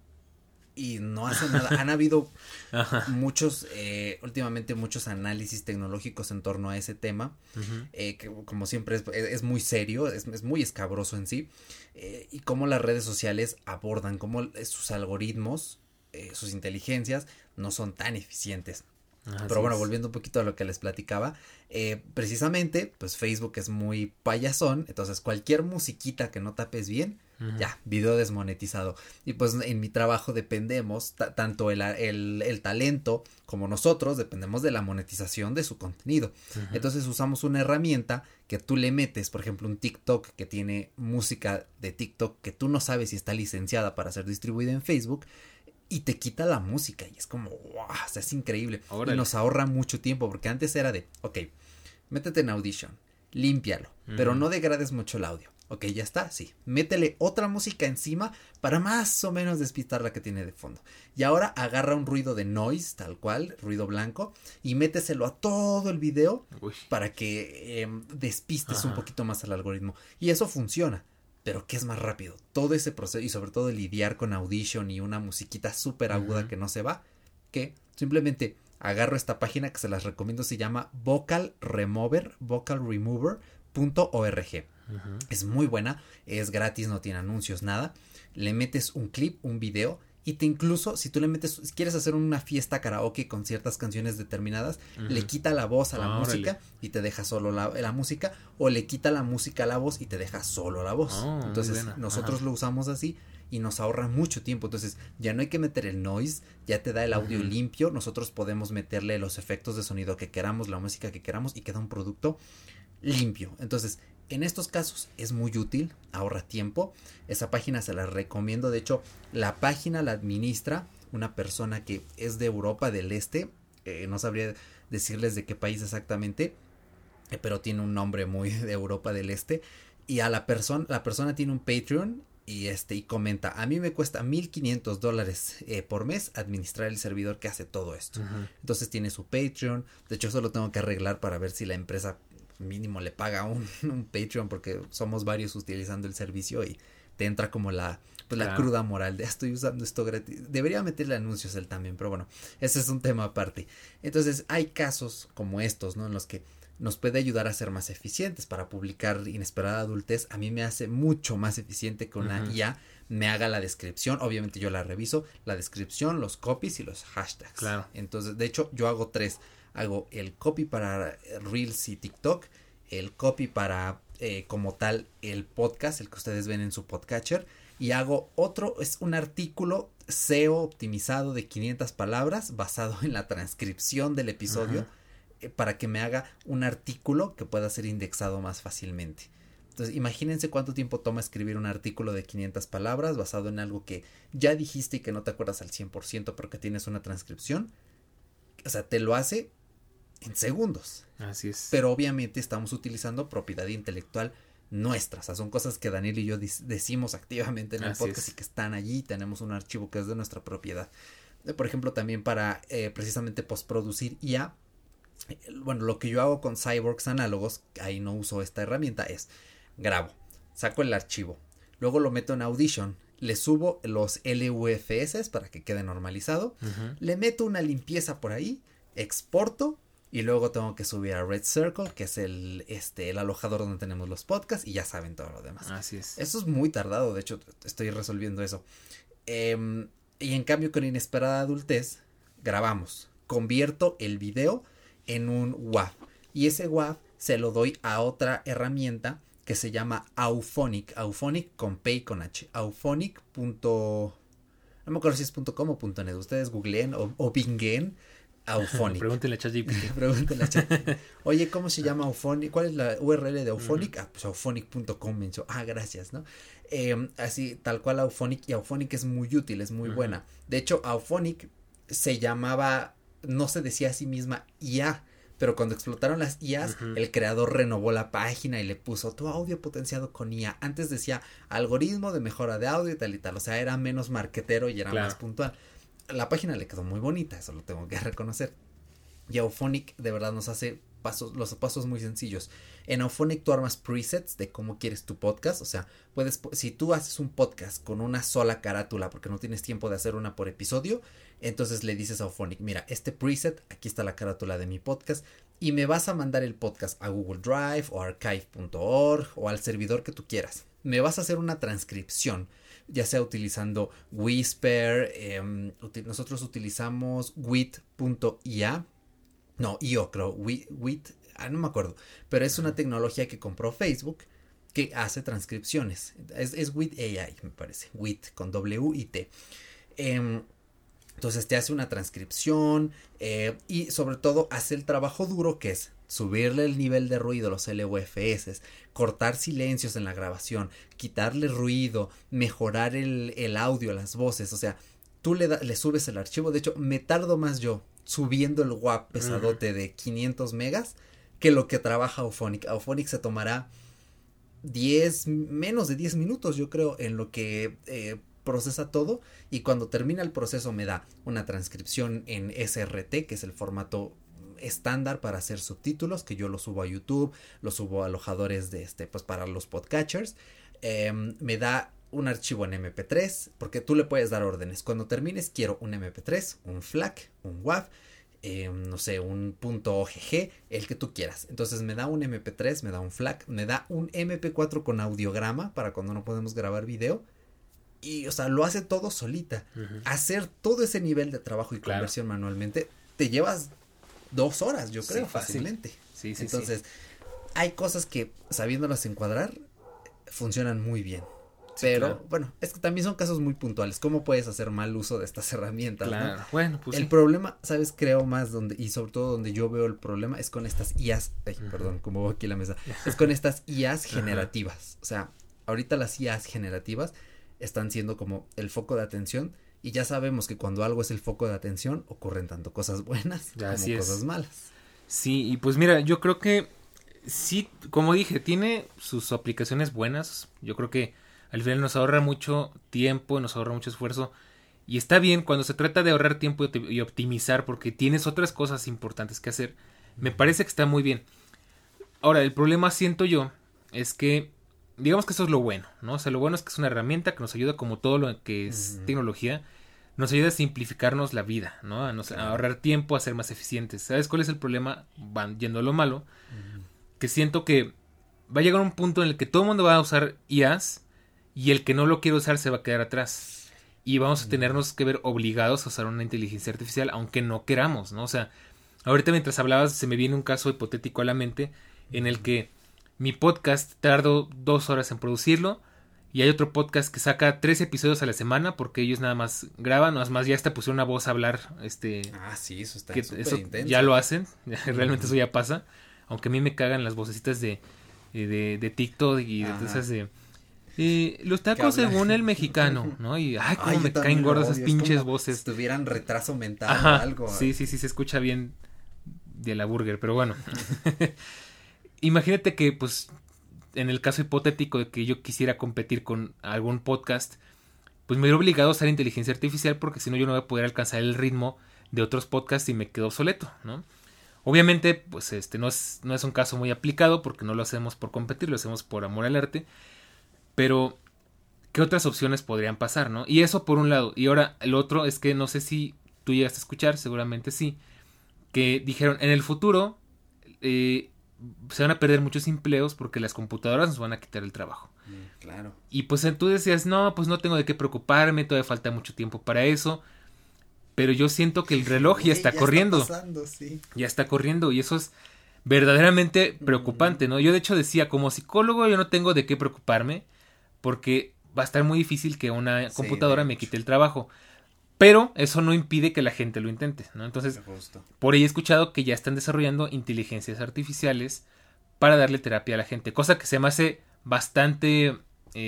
Y no hace nada. Han habido Ajá. muchos, eh, últimamente muchos análisis tecnológicos en torno a ese tema, uh-huh. eh, que como siempre es, es muy serio, es, es muy escabroso en sí, eh, y cómo las redes sociales abordan, cómo sus algoritmos, eh, sus inteligencias no son tan eficientes. Así Pero bueno, es. volviendo un poquito a lo que les platicaba, eh, precisamente, pues Facebook es muy payasón, entonces cualquier musiquita que no tapes bien, uh-huh. ya, video desmonetizado. Y pues en mi trabajo dependemos, t- tanto el, el, el talento como nosotros, dependemos de la monetización de su contenido. Uh-huh. Entonces usamos una herramienta que tú le metes, por ejemplo, un TikTok que tiene música de TikTok que tú no sabes si está licenciada para ser distribuida en Facebook, y te quita la música y es como, wow, o sea, es increíble. Órale. Y nos ahorra mucho tiempo porque antes era de, ok, métete en Audition, límpialo, mm. pero no degrades mucho el audio. Ok, ya está, sí. Métele otra música encima para más o menos despistar la que tiene de fondo. Y ahora agarra un ruido de noise, tal cual, ruido blanco, y méteselo a todo el video Uy. para que eh, despistes Ajá. un poquito más al algoritmo. Y eso funciona. Pero ¿qué es más rápido? Todo ese proceso y sobre todo lidiar con Audition y una musiquita súper aguda uh-huh. que no se va, que simplemente agarro esta página que se las recomiendo, se llama Vocal Remover, vocal remover punto org. Uh-huh. Es muy buena, es gratis, no tiene anuncios, nada. Le metes un clip, un video y te incluso, si tú le metes, si quieres hacer una fiesta karaoke con ciertas canciones determinadas, uh-huh. le quita la voz a la oh, música órale. y te deja solo la, la música, o le quita la música a la voz y te deja solo la voz. Oh, Entonces nosotros Ajá. lo usamos así y nos ahorra mucho tiempo. Entonces ya no hay que meter el noise, ya te da el audio uh-huh. limpio, nosotros podemos meterle los efectos de sonido que queramos, la música que queramos y queda un producto limpio. Entonces en estos casos es muy útil, ahorra tiempo. Esa página se la recomiendo. De hecho, la página la administra una persona que es de Europa del Este. Eh, no sabría decirles de qué país exactamente, eh, pero tiene un nombre muy de Europa del Este. Y a la persona, la persona tiene un Patreon y este y comenta, a mí me cuesta mil quinientos dólares eh, por mes administrar el servidor que hace todo esto. Uh-huh. Entonces tiene su Patreon. De hecho, eso lo tengo que arreglar para ver si la empresa mínimo le paga un, un Patreon porque somos varios utilizando el servicio y te entra como la pues claro. la cruda moral de estoy usando esto gratis. Debería meterle anuncios él también, pero bueno, ese es un tema aparte. Entonces hay casos como estos, ¿no? En los que nos puede ayudar a ser más eficientes para publicar Inesperada Adultez. A mí me hace mucho más eficiente que una uh-huh. I A me haga la descripción. Obviamente yo la reviso, la descripción, los copies y los hashtags. Claro. Entonces, de hecho, yo hago tres. Hago el copy para Reels y TikTok, el copy para eh, como tal el podcast, el que ustedes ven en su podcatcher, y hago otro, es un artículo S E O optimizado de quinientas palabras basado en la transcripción del episodio eh, para que me haga un artículo que pueda ser indexado más fácilmente. Entonces, imagínense cuánto tiempo toma escribir un artículo de quinientas palabras basado en algo que ya dijiste y que no te acuerdas al cien por ciento pero que tienes una transcripción. O sea, te lo hace en segundos. Así es. Pero obviamente estamos utilizando propiedad intelectual nuestra. O sea, son cosas que Daniel y yo decimos activamente en el Así podcast es. y que están allí. Tenemos un archivo que es de nuestra propiedad. Por ejemplo, también para eh, precisamente postproducir I A. Bueno, lo que yo hago con Cyborgs Análogos, ahí no uso esta herramienta, es grabo, saco el archivo, luego lo meto en Audition, le subo los L U F S para que quede normalizado, uh-huh. le meto una limpieza por ahí, exporto y luego tengo que subir a Red Circle, que es el este el alojador donde tenemos los podcasts y ya saben todo lo demás. Así es. Eso es muy tardado, de hecho estoy resolviendo eso. Eh, y en cambio con Inesperada Adultez grabamos, convierto el video en un W A V y ese W A V se lo doy a otra herramienta que se llama Auphonic, Auphonic con P y con H, Auphonic. No me acuerdo si es .com o .net, ustedes googleen o, o binguen Auphonic. Pregúntenle a ChatGPT. Pregúntenle a ChatGPT. Oye, ¿cómo se llama Auphonic? ¿Cuál es la U R L de Auphonic? Uh-huh. Ah, pues auphonic punto com, menso. Ah, gracias, ¿no? Eh, así, tal cual Auphonic, y Auphonic es muy útil, es muy uh-huh. buena. De hecho, Auphonic se llamaba, no se decía a sí misma I A, pero cuando explotaron las I As, uh-huh. el creador renovó la página y le puso tu audio potenciado con I A. Antes decía algoritmo de mejora de audio y tal y tal, o sea, era menos marquetero y era claro. más puntual. La página le quedó muy bonita, eso lo tengo que reconocer. Y Auphonic de verdad nos hace pasos, los pasos muy sencillos. En Auphonic tú armas presets de cómo quieres tu podcast, o sea, puedes, si tú haces un podcast con una sola carátula porque no tienes tiempo de hacer una por episodio, entonces le dices a Auphonic, mira, este preset, aquí está la carátula de mi podcast, y me vas a mandar el podcast a Google Drive o archive punto org o al servidor que tú quieras. Me vas a hacer una transcripción, ya sea utilizando Whisper, eh, uti- nosotros utilizamos wit punto i a, no, I O creo, Wit, Wit, ah, no me acuerdo, pero es una tecnología que compró Facebook que hace transcripciones, es, es Wit A I me parece, Wit con W I T, eh, entonces te hace una transcripción eh, y sobre todo hace el trabajo duro que es subirle el nivel de ruido, los L U F S, cortar silencios en la grabación, quitarle ruido, mejorar el, el audio, las voces, o sea, tú le, da, le subes el archivo, de hecho me tardo más yo subiendo el W A V pesadote uh-huh. de quinientos megas que lo que trabaja Auphonic. Auphonic se tomará diez, menos de diez minutos yo creo en lo que eh, procesa todo y cuando termina el proceso me da una transcripción en S R T que es el formato estándar para hacer subtítulos que yo lo subo a YouTube, lo subo a alojadores de este pues para los podcatchers, eh, me da un archivo en eme pe tres porque tú le puedes dar órdenes, cuando termines quiero un eme pe tres, un FLAC, un W A V, eh, no sé, un .ogg, el que tú quieras, entonces me da un eme pe tres, me da un FLAC, me da un eme pe cuatro con audiograma para cuando no podemos grabar video y o sea lo hace todo solita, uh-huh. hacer todo ese nivel de trabajo y claro. conversión manualmente te llevas dos horas yo creo sí, fácilmente, sí, sí, entonces sí. hay cosas que sabiéndolas encuadrar funcionan muy bien. Sí, pero, claro. bueno, es que también son casos muy puntuales. ¿Cómo puedes hacer mal uso de estas herramientas? Claro, ¿no? bueno, pues el sí. problema, ¿sabes? Creo más donde, y sobre todo donde yo veo el problema es con estas I As, ay, uh-huh. perdón, como voy aquí en la mesa, es con estas I As generativas. Uh-huh. O sea, ahorita las I As generativas están siendo como el foco de atención y ya sabemos que cuando algo es el foco de atención ocurren tanto cosas buenas ya, como cosas malas. Sí, y pues mira, yo creo que sí, como dije, tiene sus aplicaciones buenas. Yo creo que al final nos ahorra mucho tiempo, nos ahorra mucho esfuerzo. Y está bien cuando se trata de ahorrar tiempo y optimizar porque tienes otras cosas importantes que hacer. Me parece que está muy bien. Ahora, el problema siento yo es que, digamos que eso es lo bueno, ¿no? O sea, lo bueno es que es una herramienta que nos ayuda como todo lo que es uh-huh. tecnología. Nos ayuda a simplificarnos la vida, ¿no? A, nos, claro. a ahorrar tiempo, a ser más eficientes. ¿Sabes cuál es el problema? Van yendo a lo malo. Uh-huh. Que siento que va a llegar un punto en el que todo el mundo va a usar I As y el que no lo quiere usar se va a quedar atrás. Y vamos a tenernos que ver obligados a usar una inteligencia artificial, aunque no queramos, ¿no? O sea, ahorita mientras hablabas se me viene un caso hipotético a la mente en el que mi podcast tardo dos horas en producirlo y hay otro podcast que saca tres episodios a la semana porque ellos nada más graban, nada más ya hasta pusieron una voz a hablar. este Ah, sí, eso está súper intenso. Ya lo hacen, realmente eso ya pasa. Aunque a mí me cagan las vocecitas de, de, de TikTok y de, de esas de... Eh, los tacos según el mexicano, ¿no? Y ay, cómo ay, me caen gordas esas pinches voces. Si tuvieran retraso mental Ajá, o algo. Sí, sí, sí, se escucha bien de la burger, pero bueno. Imagínate que, pues, en el caso hipotético de que yo quisiera competir con algún podcast, pues me hubiera obligado a usar inteligencia artificial porque si no yo no voy a poder alcanzar el ritmo de otros podcasts y me quedo obsoleto, ¿no? Obviamente, pues este no es, no es un caso muy aplicado porque no lo hacemos por competir, lo hacemos por amor al arte. Pero, ¿qué otras opciones podrían pasar, no? Y eso por un lado. Y ahora, el otro es que no sé si tú llegaste a escuchar, seguramente sí, que dijeron, en el futuro eh, se van a perder muchos empleos porque las computadoras nos van a quitar el trabajo. Mm, claro. Y pues tú decías, no, pues no tengo de qué preocuparme, todavía falta mucho tiempo para eso. Pero yo siento que el reloj ya está ya corriendo. Está pasando, sí. Ya está corriendo y eso es verdaderamente preocupante, ¿no? Yo de hecho decía, como psicólogo yo no tengo de qué preocuparme porque va a estar muy difícil que una Sí, computadora de me hecho. quite el trabajo. Pero eso no impide que la gente lo intente, ¿no? Entonces, Justo. por ahí he escuchado que ya están desarrollando inteligencias artificiales para darle terapia a la gente. Cosa que se me hace bastante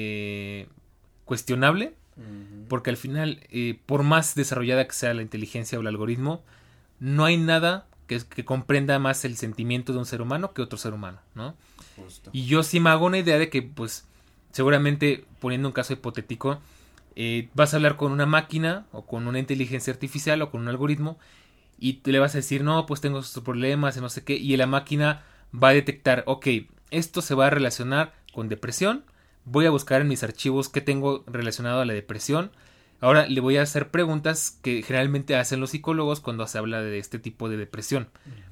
eh, cuestionable. Ujú. Porque al final, eh, por más desarrollada que sea la inteligencia o el algoritmo, no hay nada que, que comprenda más el sentimiento de un ser humano que otro ser humano, ¿no? Justo. Y yo sí me hago una idea de que, pues, seguramente, poniendo un caso hipotético, eh, vas a hablar con una máquina o con una inteligencia artificial o con un algoritmo y tú le vas a decir, no, pues tengo estos problemas y no sé qué, y la máquina va a detectar, ok, esto se va a relacionar con depresión, voy a buscar en mis archivos qué tengo relacionado a la depresión, ahora le voy a hacer preguntas que generalmente hacen los psicólogos cuando se habla de este tipo de depresión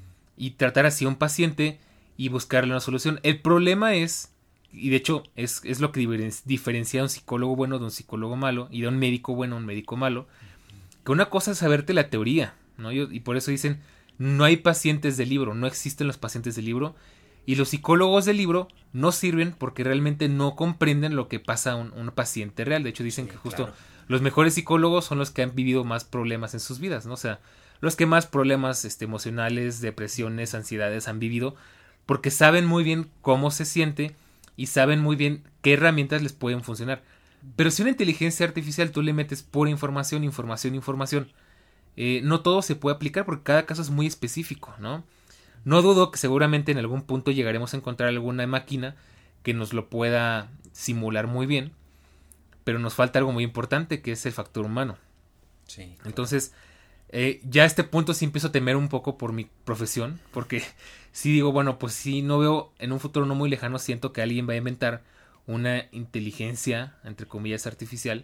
y tratar así a un paciente y buscarle una solución. El problema es, y de hecho es, es lo que diferencia a un psicólogo bueno de un psicólogo malo y de un médico bueno a un médico malo, que una cosa es saberte la teoría, ¿no? Y por eso dicen, no hay pacientes de libro, no existen los pacientes de libro, y los psicólogos de libro no sirven porque realmente no comprenden lo que pasa a un, un paciente real. De hecho dicen Sí, que justo claro. los mejores psicólogos son los que han vivido más problemas en sus vidas, ¿no? O sea, los que más problemas este, emocionales, depresiones, ansiedades han vivido, porque saben muy bien cómo se siente y saben muy bien qué herramientas les pueden funcionar. Pero si una inteligencia artificial tú le metes pura información, información, información, eh, no todo se puede aplicar porque cada caso es muy específico, ¿no? No dudo que seguramente en algún punto llegaremos a encontrar alguna máquina que nos lo pueda simular muy bien, pero nos falta algo muy importante que es el factor humano. Sí, claro. Entonces, eh, ya a este punto sí empiezo a temer un poco por mi profesión, porque sí digo, bueno, pues sí, no veo en un futuro no muy lejano, siento que alguien va a inventar una inteligencia, entre comillas, artificial,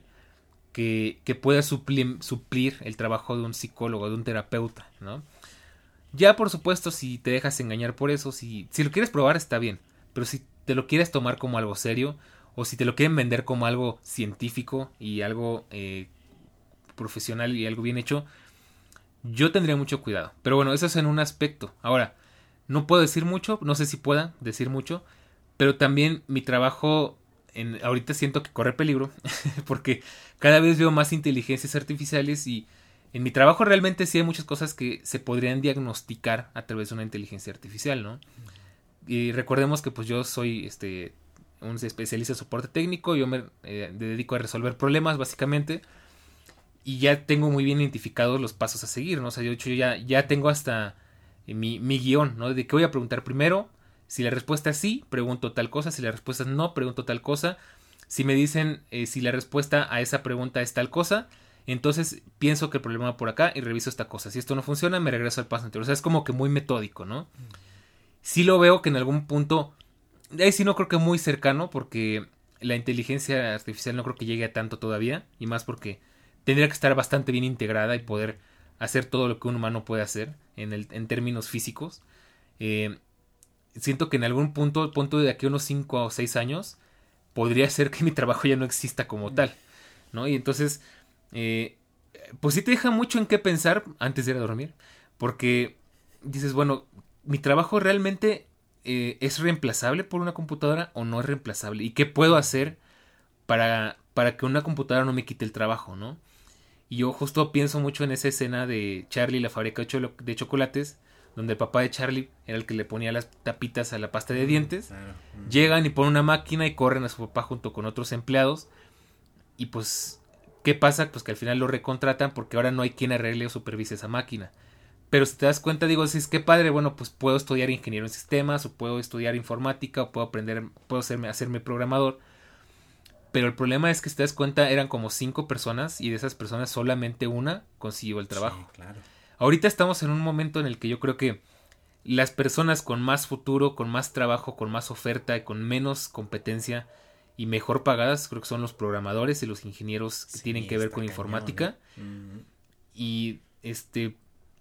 que, que pueda suplir, suplir el trabajo de un psicólogo, de un terapeuta, ¿no? Ya, por supuesto, si te dejas engañar por eso, si, si lo quieres probar está bien, pero si te lo quieres tomar como algo serio, o si te lo quieren vender como algo científico y algo eh, profesional y algo bien hecho, yo tendría mucho cuidado. Pero bueno, eso es en un aspecto. Ahora, no puedo decir mucho, no sé si pueda decir mucho, pero también mi trabajo en, ahorita siento que corre peligro porque cada vez veo más inteligencias artificiales y en mi trabajo realmente sí hay muchas cosas que se podrían diagnosticar a través de una inteligencia artificial, ¿no? Y recordemos que pues yo soy este un especialista en soporte técnico, yo me eh, dedico a resolver problemas básicamente y ya tengo muy bien identificados los pasos a seguir, ¿no? O sea, yo de hecho ya, ya tengo hasta eh, mi, mi guión, ¿no? De qué voy a preguntar primero. Si la respuesta es sí, pregunto tal cosa. Si la respuesta es no, pregunto tal cosa. Si me dicen eh, si la respuesta a esa pregunta es tal cosa, entonces pienso que el problema va por acá y reviso esta cosa. Si esto no funciona, me regreso al paso anterior. O sea, es como que muy metódico, ¿no? Sí lo veo que en algún punto, ahí sí no creo que muy cercano, porque la inteligencia artificial no creo que llegue a tanto todavía, y más porque tendría que estar bastante bien integrada y poder hacer todo lo que un humano puede hacer en, el, en términos físicos. Eh, siento que en algún punto, punto de aquí a unos cinco o seis años, podría ser que mi trabajo ya no exista como tal, ¿no? Y entonces, eh, pues sí te deja mucho en qué pensar antes de ir a dormir, porque dices, bueno, mi trabajo realmente eh, es reemplazable por una computadora o no es reemplazable y qué puedo hacer para, para que una computadora no me quite el trabajo, ¿no? Y yo justo pienso mucho en esa escena de Charlie la fábrica de chocolates, donde el papá de Charlie era el que le ponía las tapitas a la pasta de dientes. Claro. Llegan y ponen una máquina y corren a su papá junto con otros empleados. Y pues, ¿qué pasa? Pues que al final lo recontratan porque ahora no hay quien arregle o supervise esa máquina. Pero si te das cuenta, digo, si es que padre, bueno, pues puedo estudiar ingeniero en sistemas, o puedo estudiar informática, o puedo aprender, puedo hacerme, hacerme programador. Pero el problema es que si te das cuenta, eran como cinco personas, y de esas personas solamente una consiguió el trabajo. Sí, claro. Ahorita estamos en un momento en el que yo creo que las personas con más futuro, con más trabajo, con más oferta y con menos competencia y mejor pagadas, creo que son los programadores y los ingenieros que Sí, tienen que ver está con cañón, informática. ¿eh? Uh-huh. Y este,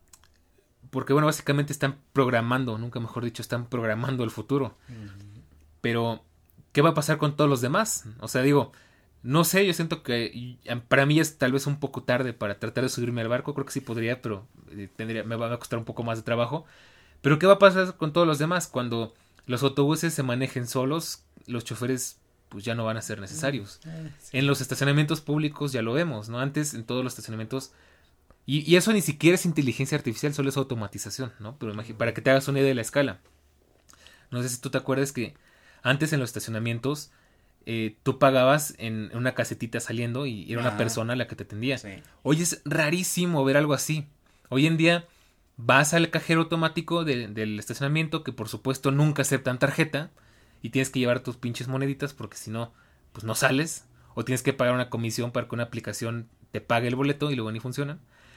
porque bueno, básicamente están programando, nunca mejor dicho, están programando el futuro. Uh-huh. Pero, ¿qué va a pasar con todos los demás? O sea, digo, no sé, yo siento que para mí es tal vez un poco tarde para tratar de subirme al barco, creo que sí podría, pero eh, tendría, me va a costar un poco más de trabajo. Pero ¿qué va a pasar con todos los demás? Cuando los autobuses se manejen solos, los choferes pues ya no van a ser necesarios. Sí. En los estacionamientos públicos ya lo vemos, ¿no? Antes en todos los estacionamientos... Y, y eso ni siquiera es inteligencia artificial, solo es automatización, ¿no? Pero imagínate, para que te hagas una idea de la escala. No sé si tú te acuerdas que antes en los estacionamientos eh, tú pagabas en, en una casetita saliendo y era ah, una persona la que te atendía. Sí. Hoy es rarísimo ver algo así. Hoy en día vas al cajero automático de, del estacionamiento, que por supuesto nunca aceptan tarjeta, y tienes que llevar tus pinches moneditas porque si no, pues no sales, o tienes que pagar una comisión para que una aplicación te pague el boleto y luego ni funciona.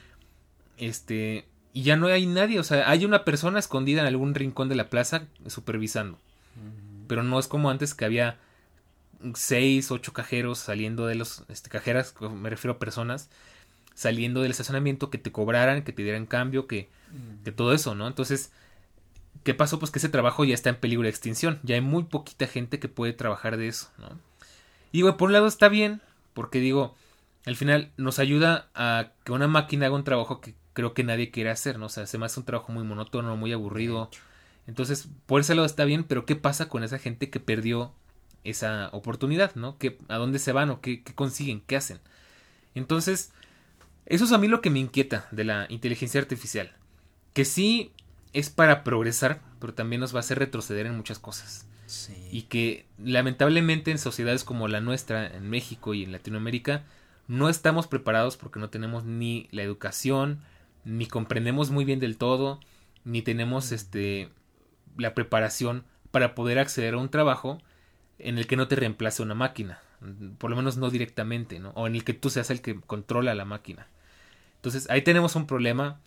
Este, y ya no hay nadie, o sea, hay una persona escondida en algún rincón de la plaza supervisando. Uh-huh. Pero no es como antes que había seis, ocho cajeros saliendo de los, este, cajeras, me refiero a personas, saliendo del estacionamiento que te cobraran, que te dieran cambio, que, uh-huh. que todo eso, ¿no? Entonces, ¿qué pasó? Pues que ese trabajo ya está en peligro de extinción. Ya hay muy poquita gente que puede trabajar de eso, ¿no? Y, güey, por un lado está bien, porque digo, al final nos ayuda a que una máquina haga un trabajo que creo que nadie quiere hacer, ¿no? O sea, se me hace un trabajo muy monótono, muy aburrido. Entonces, por ese lado está bien, pero ¿qué pasa con esa gente que perdió esa oportunidad, ¿no? ¿Qué, ¿A dónde se van o qué, qué consiguen? ¿Qué hacen? Entonces, eso es a mí lo que me inquieta de la inteligencia artificial. Que sí es para progresar, pero también nos va a hacer retroceder en muchas cosas. Sí. Y que lamentablemente en sociedades como la nuestra, en México y en Latinoamérica, no estamos preparados porque no tenemos ni la educación, ni comprendemos muy bien del todo, ni tenemos este la preparación para poder acceder a un trabajo en el que no te reemplace una máquina, por lo menos no directamente, ¿no? O en el que tú seas el que controla la máquina. Entonces ahí tenemos un problema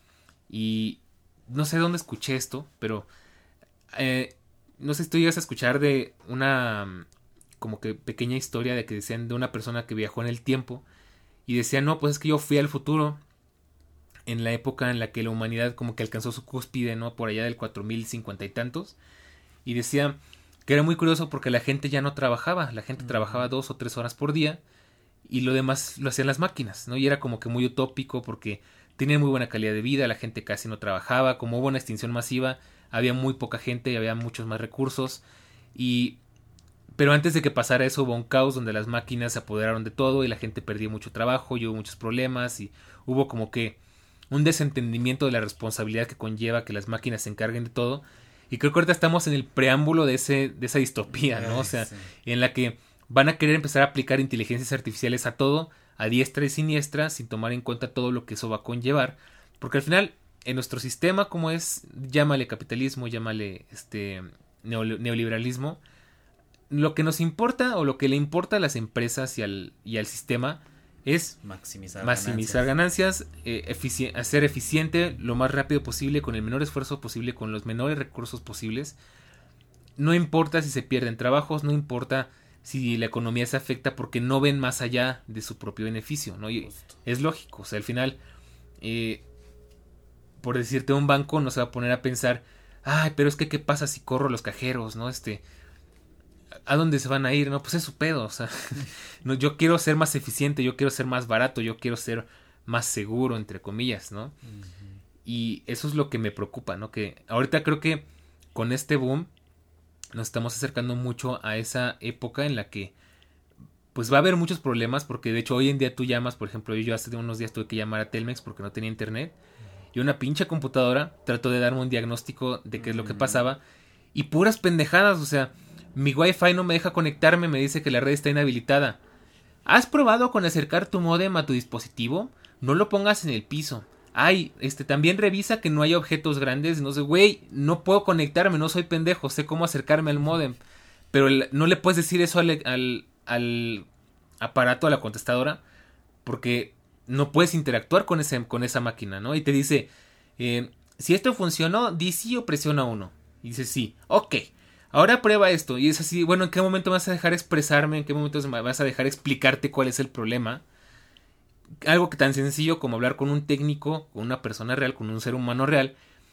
y no sé dónde escuché esto, pero eh, no sé si tú llegas a escuchar de una como que pequeña historia de que decían de una persona que viajó en el tiempo y decía, no, pues es que yo fui al futuro en la época en la que la humanidad como que alcanzó su cúspide, ¿no? Por allá del cuatro mil cincuenta y tantos. Y decía que era muy curioso porque la gente ya no trabajaba. La gente uh-huh. trabajaba dos o tres horas por día y lo demás lo hacían las máquinas, ¿no? Y era como que muy utópico porque tenían muy buena calidad de vida, la gente casi no trabajaba. Como hubo una extinción masiva, había muy poca gente y había muchos más recursos. Y... Pero antes de que pasara eso hubo un caos donde las máquinas se apoderaron de todo y la gente perdió mucho trabajo y hubo muchos problemas y hubo como que un desentendimiento de la responsabilidad que conlleva que las máquinas se encarguen de todo. Y creo que ahorita estamos en el preámbulo de ese de esa distopía, ¿no? O sea, sí. en la que van a querer empezar a aplicar inteligencias artificiales a todo, a diestra y siniestra, sin tomar en cuenta todo lo que eso va a conllevar. Porque al final, en nuestro sistema, como es, llámale capitalismo, llámale este neoliberalismo, lo que nos importa o lo que le importa a las empresas y al, y al sistema es maximizar, maximizar ganancias, ganancias eh, efici- hacer eficiente lo más rápido posible, con el menor esfuerzo posible, con los menores recursos posibles. No importa si se pierden trabajos, no importa si la economía se afecta porque no ven más allá de su propio beneficio, ¿no? Y es lógico, o sea, al final, eh, por decirte, un banco no se va a poner a pensar, ay, pero es que qué pasa si corro los cajeros, ¿no? Este... ¿A dónde se van a ir? No, pues es su pedo, o sea, no, yo quiero ser más eficiente, yo quiero ser más barato, yo quiero ser más seguro, entre comillas, ¿no? Uh-huh. Y eso es lo que me preocupa, ¿no? Que ahorita creo que con este boom nos estamos acercando mucho a esa época en la que pues va a haber muchos problemas, porque de hecho hoy en día tú llamas, por ejemplo, yo hace unos días tuve que llamar a Telmex porque no tenía internet, y una pinche computadora trató de darme un diagnóstico de qué es lo que pasaba, y puras pendejadas, o sea, mi Wi-Fi no me deja conectarme, me dice que la red está inhabilitada. ¿Has probado con acercar tu módem a tu dispositivo? No lo pongas en el piso. Ay, este, también revisa que no haya objetos grandes. No sé, güey, no puedo conectarme, no soy pendejo, sé cómo acercarme al módem. Pero el, no le puedes decir eso al, al, al aparato, a la contestadora, porque no puedes interactuar con, ese, con esa máquina, ¿no? Y te dice, eh, si esto funcionó, di sí o presiona uno. Y dice sí, ok. Ahora prueba esto. Y es así, bueno, ¿en qué momento me vas a dejar expresarme? ¿En qué momento me vas a dejar explicarte cuál es el problema? Algo que tan sencillo como hablar con un técnico, con una persona real, con un ser humano real,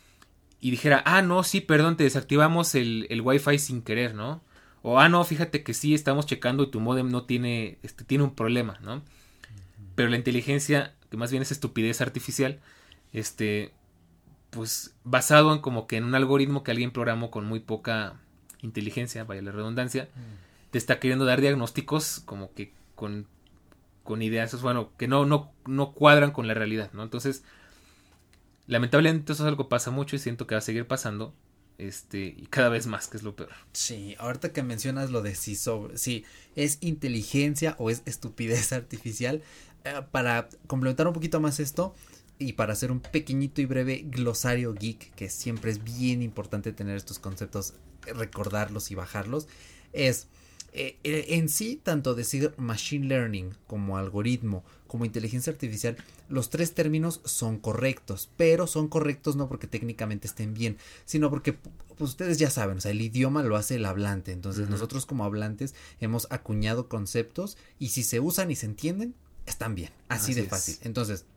y dijera, ah, no, sí, perdón, te desactivamos el, el Wi-Fi sin querer, ¿no? O, ah, no, fíjate que sí, estamos checando y tu módem no tiene, este, tiene un problema, ¿no? Pero la inteligencia, que más bien es estupidez artificial, este... pues basado en como que en un algoritmo que alguien programó con muy poca inteligencia, vaya la redundancia, mm. te está queriendo dar diagnósticos como que con, con ideas, bueno, que no, no, no cuadran con la realidad, ¿no? Entonces, lamentablemente eso es algo que pasa mucho y siento que va a seguir pasando. Este, y cada vez más, que es lo peor. Sí, ahorita que mencionas lo de si sobre, si es inteligencia o es estupidez artificial, eh, para complementar un poquito más esto y para hacer un pequeñito y breve glosario geek, que siempre es bien importante tener estos conceptos, recordarlos y bajarlos, es eh, en sí, tanto decir machine learning como algoritmo, como inteligencia artificial, los tres términos son correctos, pero son correctos no porque técnicamente estén bien, sino porque pues, ustedes ya saben, o sea, el idioma lo hace el hablante, entonces uh-huh. nosotros como hablantes hemos acuñado conceptos y si se usan y se entienden, están bien, así, así de fácil. Es. Entonces,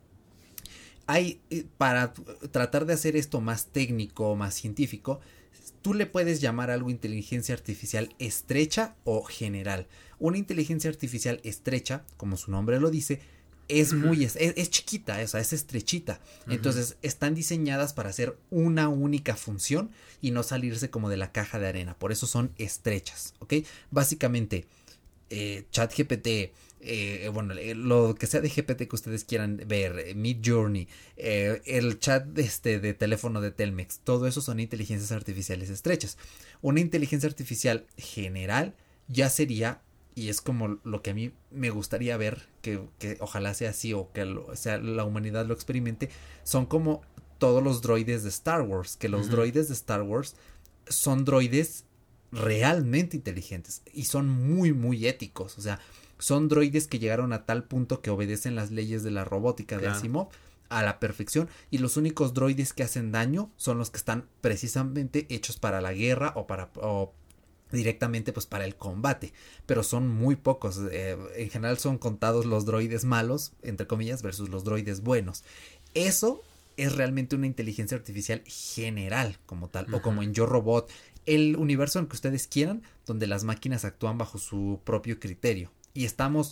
hay, para tratar de hacer esto más técnico, más científico, tú le puedes llamar algo inteligencia artificial estrecha o general. Una inteligencia artificial estrecha, como su nombre lo dice, es muy, es, es chiquita, o sea, es estrechita. Uh-huh. Entonces, están diseñadas para hacer una única función y no salirse como de la caja de arena. Por eso son estrechas, ¿ok? Básicamente, eh, ChatGPT, eh, bueno, eh, lo que sea de G P T que ustedes quieran ver, eh, Midjourney, eh, el chat este de teléfono de Telmex, todo eso son inteligencias artificiales estrechas. Una inteligencia artificial general ya sería, y es como lo que a mí me gustaría ver, que, que ojalá sea así o que lo, sea, la humanidad lo experimente, son como todos los droides de Star Wars, que los uh-huh. droides de Star Wars son droides realmente inteligentes y son muy muy éticos, o sea, son droides que llegaron a tal punto que obedecen las leyes de la robótica de claro. Asimov a la perfección, y los únicos droides que hacen daño son los que están precisamente hechos para la guerra o para o directamente pues para el combate, pero son muy pocos, eh, en general son contados los droides malos, entre comillas, versus los droides buenos. Eso es realmente una inteligencia artificial general como tal, uh-huh. o como en Yo Robot, el universo en que ustedes quieran, donde las máquinas actúan bajo su propio criterio. Y estamos,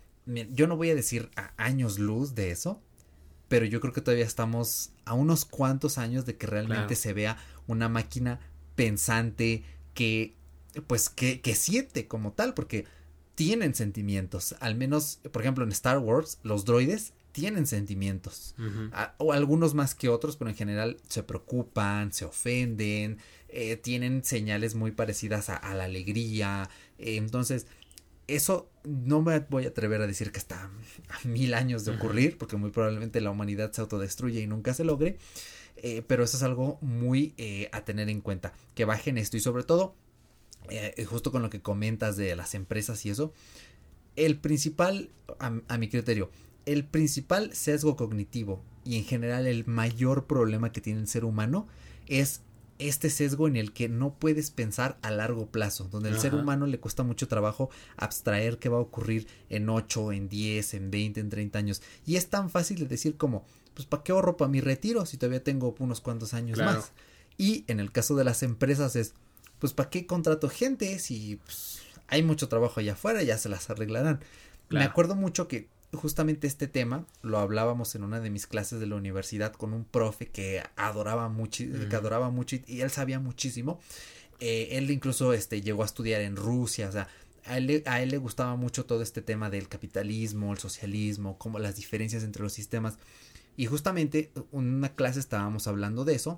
yo no voy a decir a años luz de eso, pero yo creo que todavía estamos a unos cuantos años de que realmente claro. se vea una máquina pensante que, pues, que, que siente como tal, porque tienen sentimientos. Al menos, por ejemplo, en Star Wars, los droides tienen sentimientos, uh-huh. a, o algunos más que otros, pero en general se preocupan, se ofenden, eh, tienen señales muy parecidas a, a la alegría, eh, entonces eso no me voy a atrever a decir que está a mil años de ocurrir, uh-huh. porque muy probablemente la humanidad se autodestruye y nunca se logre, eh, pero eso es algo muy eh, a tener en cuenta, que bajen esto y sobre todo, eh, justo con lo que comentas de las empresas y eso, el principal, a, a mi criterio, el principal sesgo cognitivo y en general el mayor problema que tiene el ser humano es este sesgo en el que no puedes pensar a largo plazo, donde al ser humano le cuesta mucho trabajo abstraer qué va a ocurrir en ocho, en diez, en veinte, en treinta años. Y es tan fácil de decir como, pues ¿para qué ahorro para mi retiro si todavía tengo unos cuantos años claro. más? Y en el caso de las empresas es, pues ¿para qué contrato gente si pues, hay mucho trabajo allá afuera, ya se las arreglarán? Claro. Me acuerdo mucho que justamente este tema lo hablábamos en una de mis clases de la universidad con un profe que adoraba mucho, uh-huh. que adoraba mucho y, y él sabía muchísimo. Eh, él incluso este llegó a estudiar en Rusia, o sea, a él, a él le gustaba mucho todo este tema del capitalismo, el socialismo, como las diferencias entre los sistemas. Y justamente en una clase estábamos hablando de eso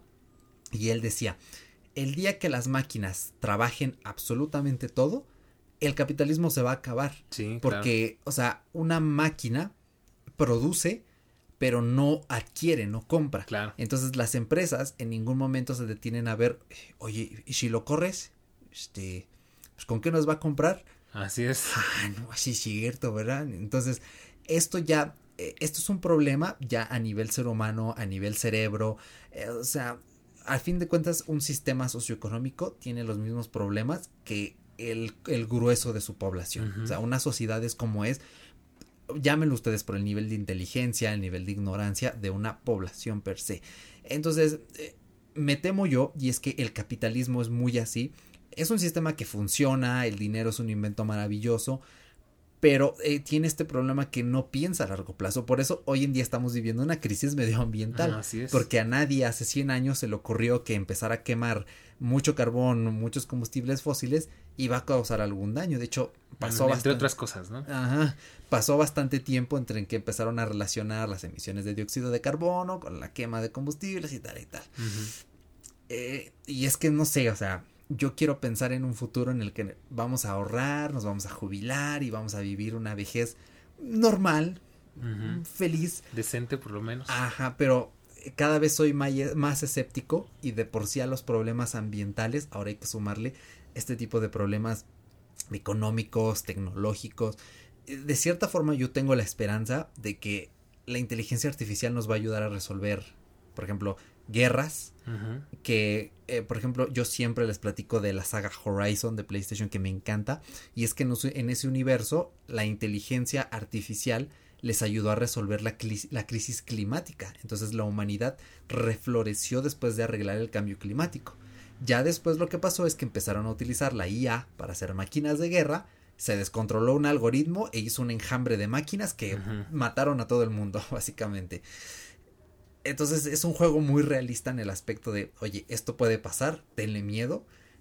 y él decía, el día que las máquinas trabajen absolutamente todo, el capitalismo se va a acabar. Sí, porque, claro. o sea, una máquina produce, pero no adquiere, no compra. Claro. Entonces las empresas en ningún momento se detienen a ver, oye, ¿y si lo corres? Este, pues ¿con qué nos va a comprar? Así es. Ah, no, así es cierto, ¿verdad? Entonces, esto ya, eh, esto es un problema ya a nivel ser humano, a nivel cerebro, eh, o sea, al fin de cuentas, un sistema socioeconómico tiene los mismos problemas que El, el grueso de su población. Uh-huh. O sea, una sociedad es como es, llámenlo ustedes por el nivel de inteligencia, el nivel de ignorancia de una población per se. Entonces, eh, me temo yo, y es que el capitalismo es muy así, es un sistema que funciona, el dinero es un invento maravilloso, pero eh, tiene este problema que no piensa a largo plazo. Por eso hoy en día estamos viviendo una crisis medioambiental. Ah, así es. Porque a nadie hace cien años se le ocurrió que empezar a quemar mucho carbón, muchos combustibles fósiles iba a causar algún daño. De hecho, pasó Entre bastante, otras cosas, ¿no? Ajá, pasó bastante tiempo entre en que empezaron a relacionar las emisiones de dióxido de carbono con la quema de combustibles y tal y tal. Uh-huh. Eh, y es que no sé, o sea, yo quiero pensar en un futuro en el que vamos a ahorrar, nos vamos a jubilar y vamos a vivir una vejez normal, uh-huh. feliz. Decente por lo menos. Ajá, pero cada vez soy más, más escéptico y de por sí a los problemas ambientales, ahora hay que sumarle este tipo de problemas económicos, tecnológicos. De cierta forma yo tengo la esperanza de que la inteligencia artificial nos va a ayudar a resolver, por ejemplo, guerras, uh-huh. que, eh, por ejemplo, yo siempre les platico de la saga Horizon de PlayStation que me encanta, y es que en, en ese universo la inteligencia artificial les ayudó a resolver la, cli- la crisis climática. Entonces la humanidad refloreció después de arreglar el cambio climático. Ya después lo que pasó es que empezaron a utilizar la I A para hacer máquinas de guerra, se descontroló un algoritmo e hizo un enjambre de máquinas que uh-huh. mataron a todo el mundo, básicamente. Entonces es un juego muy realista en el aspecto de, oye, esto puede pasar, tenle miedo.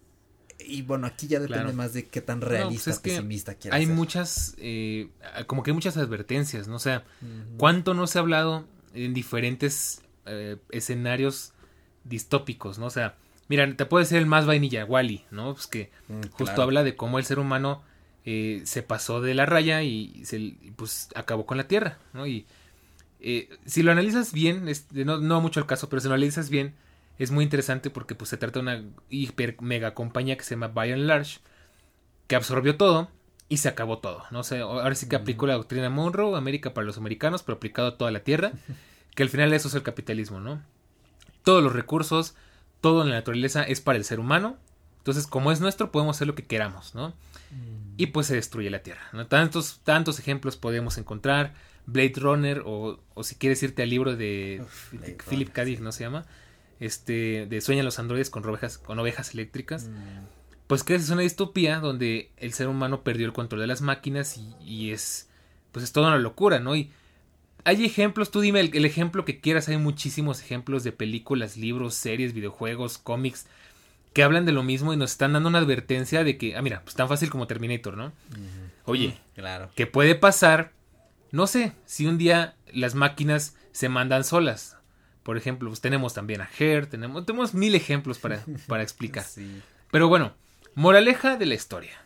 Y bueno, aquí ya depende claro. más de qué tan realista, no, pues es pesimista quieras hay ser. muchas, eh, como que hay muchas advertencias, ¿no? O sea, uh-huh. ¿cuánto no se ha hablado en diferentes eh, escenarios distópicos, ¿no? O sea, mira, te puede ser el más vainilla, Wall-E, ¿no? Pues que mm, justo claro. habla de cómo el ser humano eh, se pasó de la raya y se, pues acabó con la Tierra, ¿no? Y eh, si lo analizas bien, es, no, no mucho el caso, pero si lo analizas bien, es muy interesante porque pues se trata de una hiper mega compañía que se llama By and Large, que absorbió todo y se acabó todo, ¿no? O sea, ahora sí que aplicó la doctrina Monroe, América para los americanos, pero aplicado a toda la Tierra, que al final eso es el capitalismo, ¿no? Todos los recursos, todo en la naturaleza es para el ser humano, entonces como es nuestro podemos hacer lo que queramos, ¿no? Y pues se destruye la Tierra, ¿no? Tantos, tantos ejemplos podemos encontrar, Blade Runner, o, o si quieres irte al libro de, Uf, de Philip K. Dick, ¿no se llama? Este, de Sueñan los androides con ovejas, con ovejas eléctricas. Mm. Pues que es una distopía donde el ser humano perdió el control de las máquinas y, y es, pues es toda una locura, ¿no? Y hay ejemplos, tú dime el, el ejemplo que quieras, hay muchísimos ejemplos de películas, libros, series, videojuegos, cómics, que hablan de lo mismo y nos están dando una advertencia de que, ah, mira, pues tan fácil como Terminator, ¿no? Uh-huh. Oye, mm, claro. ¿Qué puede pasar? No sé, si un día las máquinas se mandan solas. Por ejemplo, pues tenemos también a Her, tenemos, tenemos mil ejemplos para, para explicar. Sí. Pero bueno, moraleja de la historia.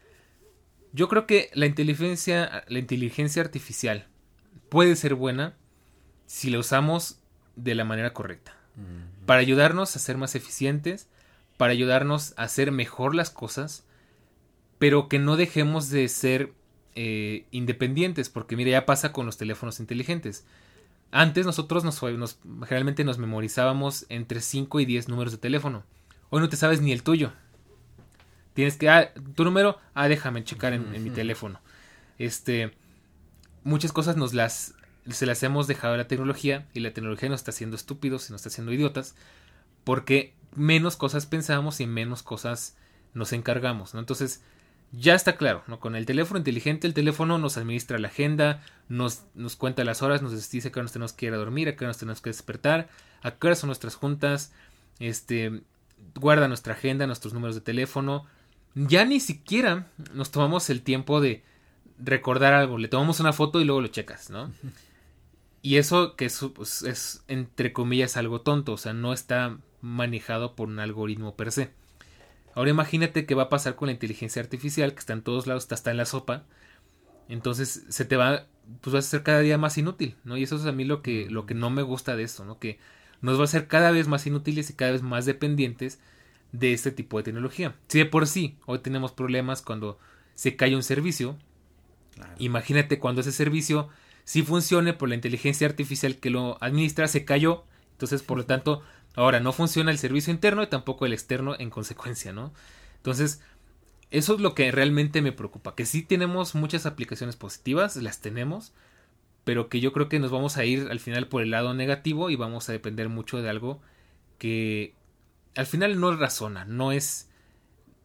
Yo creo que la inteligencia, la inteligencia artificial puede ser buena si la usamos de la manera correcta. Uh-huh. Para ayudarnos a ser más eficientes, para ayudarnos a hacer mejor las cosas, pero que no dejemos de ser eh, independientes, porque mira, ya pasa con los teléfonos inteligentes. Antes nosotros nos, nos generalmente nos memorizábamos entre cinco y diez números de teléfono. Hoy no te sabes ni el tuyo. Tienes que, ah, tu número, ah, déjame checar en, en mi teléfono. Este, muchas cosas nos las, se las hemos dejado a la tecnología y la tecnología nos está haciendo estúpidos y nos está haciendo idiotas porque menos cosas pensamos y menos cosas nos encargamos, ¿no? Entonces, ya está claro, ¿no? Con el teléfono inteligente, el teléfono nos administra la agenda, nos, nos cuenta las horas, nos dice a qué hora nos tenemos que ir a dormir, a qué hora nos tenemos que despertar, a qué hora son nuestras juntas, este, guarda nuestra agenda, nuestros números de teléfono. Ya ni siquiera nos tomamos el tiempo de recordar algo, le tomamos una foto y luego lo checas, ¿no? Y eso que es, pues, es entre comillas algo tonto, o sea, no está manejado por un algoritmo per se. Ahora imagínate qué va a pasar con la inteligencia artificial, que está en todos lados, está, está en la sopa. Entonces se te va, pues vas a ser cada día más inútil, ¿no? Y eso es a mí lo que, lo que no me gusta de esto, ¿no? Que nos va a hacer cada vez más inútiles y cada vez más dependientes de este tipo de tecnología. Si de por sí hoy tenemos problemas cuando se cae un servicio, claro. Imagínate cuando ese servicio sí funcione por la inteligencia artificial que lo administra, se cayó. Entonces, por lo tanto, ahora no funciona el servicio interno y tampoco el externo en consecuencia, ¿no? Entonces, eso es lo que realmente me preocupa. Que sí tenemos muchas aplicaciones positivas, las tenemos, pero que yo creo que nos vamos a ir al final por el lado negativo y vamos a depender mucho de algo que al final no razona, no es,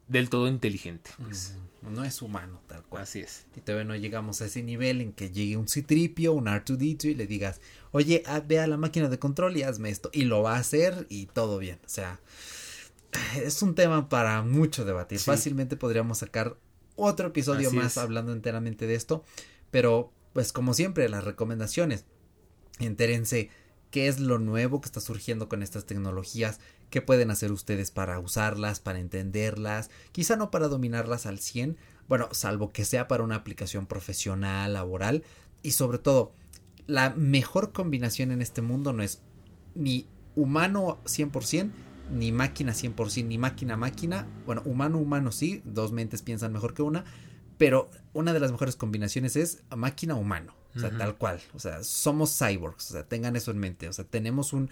del todo inteligente. Pues. No es humano, tal cual. Así es. Y todavía no llegamos a ese nivel en que llegue un C tres P O, un R dos D dos y le digas, oye, ah, ve a la máquina de control y hazme esto. Y lo va a hacer y todo bien. O sea, es un tema para mucho debatir. Sí. Fácilmente podríamos sacar otro episodio Así más es. hablando enteramente de esto. Pero, pues como siempre, las recomendaciones. Entérense qué es lo nuevo que está surgiendo con estas tecnologías, qué pueden hacer ustedes para usarlas, para entenderlas, quizá no para dominarlas al cien, bueno, salvo que sea para una aplicación profesional, laboral, y sobre todo, la mejor combinación en este mundo no es ni humano cien por ciento, ni máquina cien por ciento, ni máquina-máquina, bueno, humano-humano sí, dos mentes piensan mejor que una, pero una de las mejores combinaciones es máquina-humano. O sea, uh-huh. tal cual, o sea, somos cyborgs, o sea, tengan eso en mente, o sea, tenemos un,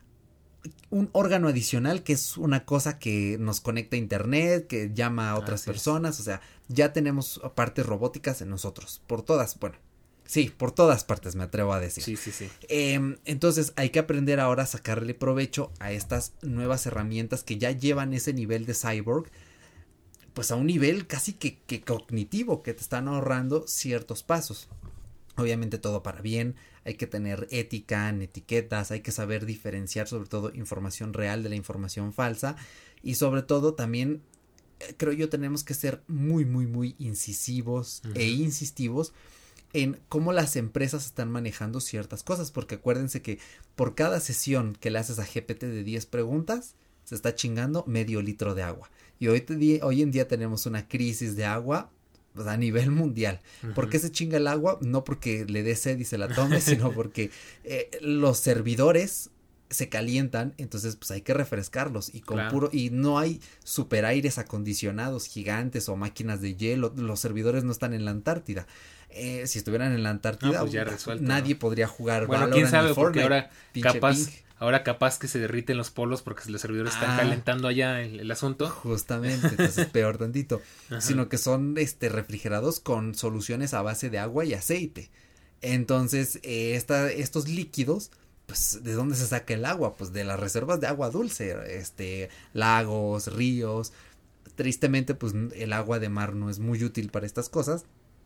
un órgano adicional que es una cosa que nos conecta a internet, que llama a otras Así personas, es. o sea, ya tenemos partes robóticas en nosotros, por todas, bueno, sí, por todas partes me atrevo a decir. Sí, sí, sí. Eh, entonces hay que aprender ahora a sacarle provecho a estas nuevas herramientas que ya llevan ese nivel de cyborg, pues a un nivel casi que, que cognitivo, que te están ahorrando ciertos pasos. Obviamente todo para bien, hay que tener ética en etiquetas, hay que saber diferenciar sobre todo información real de la información falsa y sobre todo también eh, creo yo tenemos que ser muy muy muy incisivos uh-huh. e insistivos en cómo las empresas están manejando ciertas cosas, porque acuérdense que por cada sesión que le haces a G P T de diez preguntas se está chingando medio litro de agua y hoy, te, hoy en día tenemos una crisis de agua a nivel mundial. Uh-huh. ¿Por qué se chinga el agua? No porque le dé sed y se la tome, sino porque eh, los servidores se calientan, entonces pues hay que refrescarlos y con claro. puro y no hay super aires acondicionados gigantes o máquinas de hielo, los servidores no están en la Antártida. Eh, si estuvieran en la Antártida, no, pues ya resuelto, nadie ¿no? podría jugar bueno, Valorant quién sabe, ni porque Fortnite, ahora capaz ping. Ahora capaz que se derriten los polos porque los servidores ah, están calentando allá el, el asunto. Justamente, entonces peor tantito. Sino que son este refrigerados con soluciones a base de agua y aceite. Entonces, eh, esta, estos líquidos, pues, ¿de dónde se saca el agua? Pues de las reservas de agua dulce, este, lagos, ríos. Tristemente, pues, el agua de mar no es muy útil para estas cosas.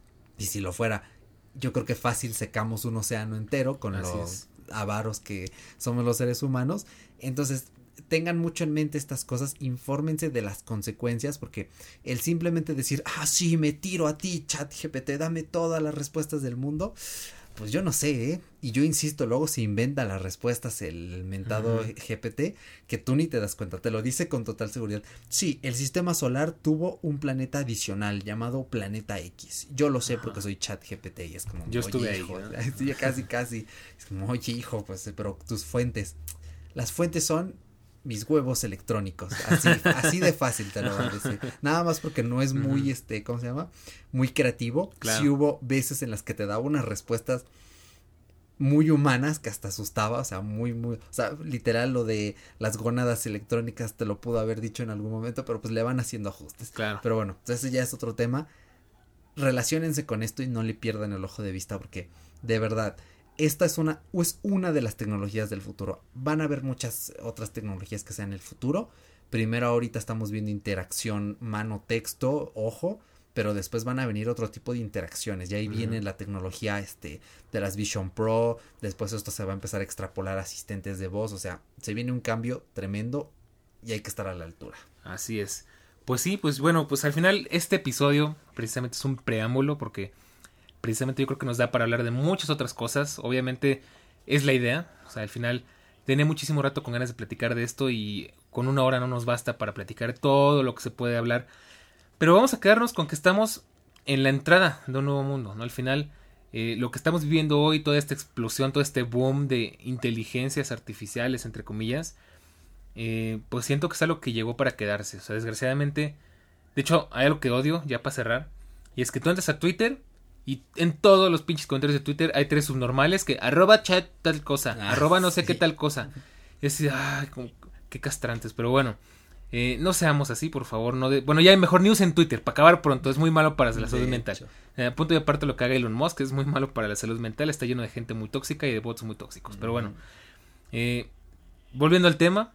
Y si lo fuera, yo creo que fácil secamos un océano entero con Así los... Es. avaros que somos los seres humanos. Entonces tengan mucho en mente estas cosas, infórmense de las consecuencias, porque el simplemente decir, ah sí, me tiro a ti ChatGPT, dame todas las respuestas del mundo, pues yo no sé, ¿eh? Y yo insisto, luego se inventa las respuestas el mentado uh-huh. G P T, que tú ni te das cuenta, te lo dice con total seguridad. Sí, el sistema solar tuvo un planeta adicional llamado Planeta X. Yo lo sé uh-huh. porque soy ChatGPT y es como, yo estuve ahí, hijo, ¿no? Sí, casi, casi. Es como, oye, hijo, pues, pero tus fuentes. Las fuentes son mis huevos electrónicos, así, así de fácil te lo voy a decir. Nada más porque no es muy, uh-huh. este, ¿cómo se llama? Muy creativo. Claro. Sí hubo veces en las que te daba unas respuestas muy humanas que hasta asustaba, o sea, muy, muy, o sea, literal lo de las gónadas electrónicas te lo pudo haber dicho en algún momento, pero pues le van haciendo ajustes. Claro. Pero bueno, entonces ya es otro tema. Relaciónense con esto y no le pierdan el ojo de vista porque, de verdad, esta es una, es una de las tecnologías del futuro. Van a haber muchas otras tecnologías que sean el futuro. Primero ahorita estamos viendo interacción mano-texto, ojo, pero después van a venir otro tipo de interacciones. Y ahí uh-huh. viene la tecnología este de las Vision Pro. Después esto se va a empezar a extrapolar a asistentes de voz. O sea, se viene un cambio tremendo y hay que estar a la altura. Así es. Pues sí, pues bueno, pues al final este episodio precisamente es un preámbulo porque precisamente yo creo que nos da para hablar de muchas otras cosas. Obviamente es la idea, o sea, al final tenía muchísimo rato con ganas de platicar de esto y con una hora no nos basta para platicar todo lo que se puede hablar. Pero vamos a quedarnos con que estamos en la entrada de un nuevo mundo, ¿no? Al final, eh, lo que estamos viviendo hoy, toda esta explosión, todo este boom de inteligencias artificiales, entre comillas, eh, pues siento que es algo que llegó para quedarse. O sea, desgraciadamente, de hecho, hay algo que odio, ya para cerrar, y es que tú entras a Twitter y en todos los pinches comentarios de Twitter hay tres subnormales que arroba chat tal cosa, ah, arroba no sé sí. qué tal cosa. Y así, ay, como, qué castrantes, pero bueno. Eh, no seamos así, por favor. No de... Bueno, ya hay mejor news en Twitter, para acabar pronto. Es muy malo para la salud mental. Eh, a punto de aparte lo que haga Elon Musk es muy malo para la salud mental. Está lleno de gente muy tóxica y de bots muy tóxicos. Mm. Pero bueno, eh, volviendo al tema,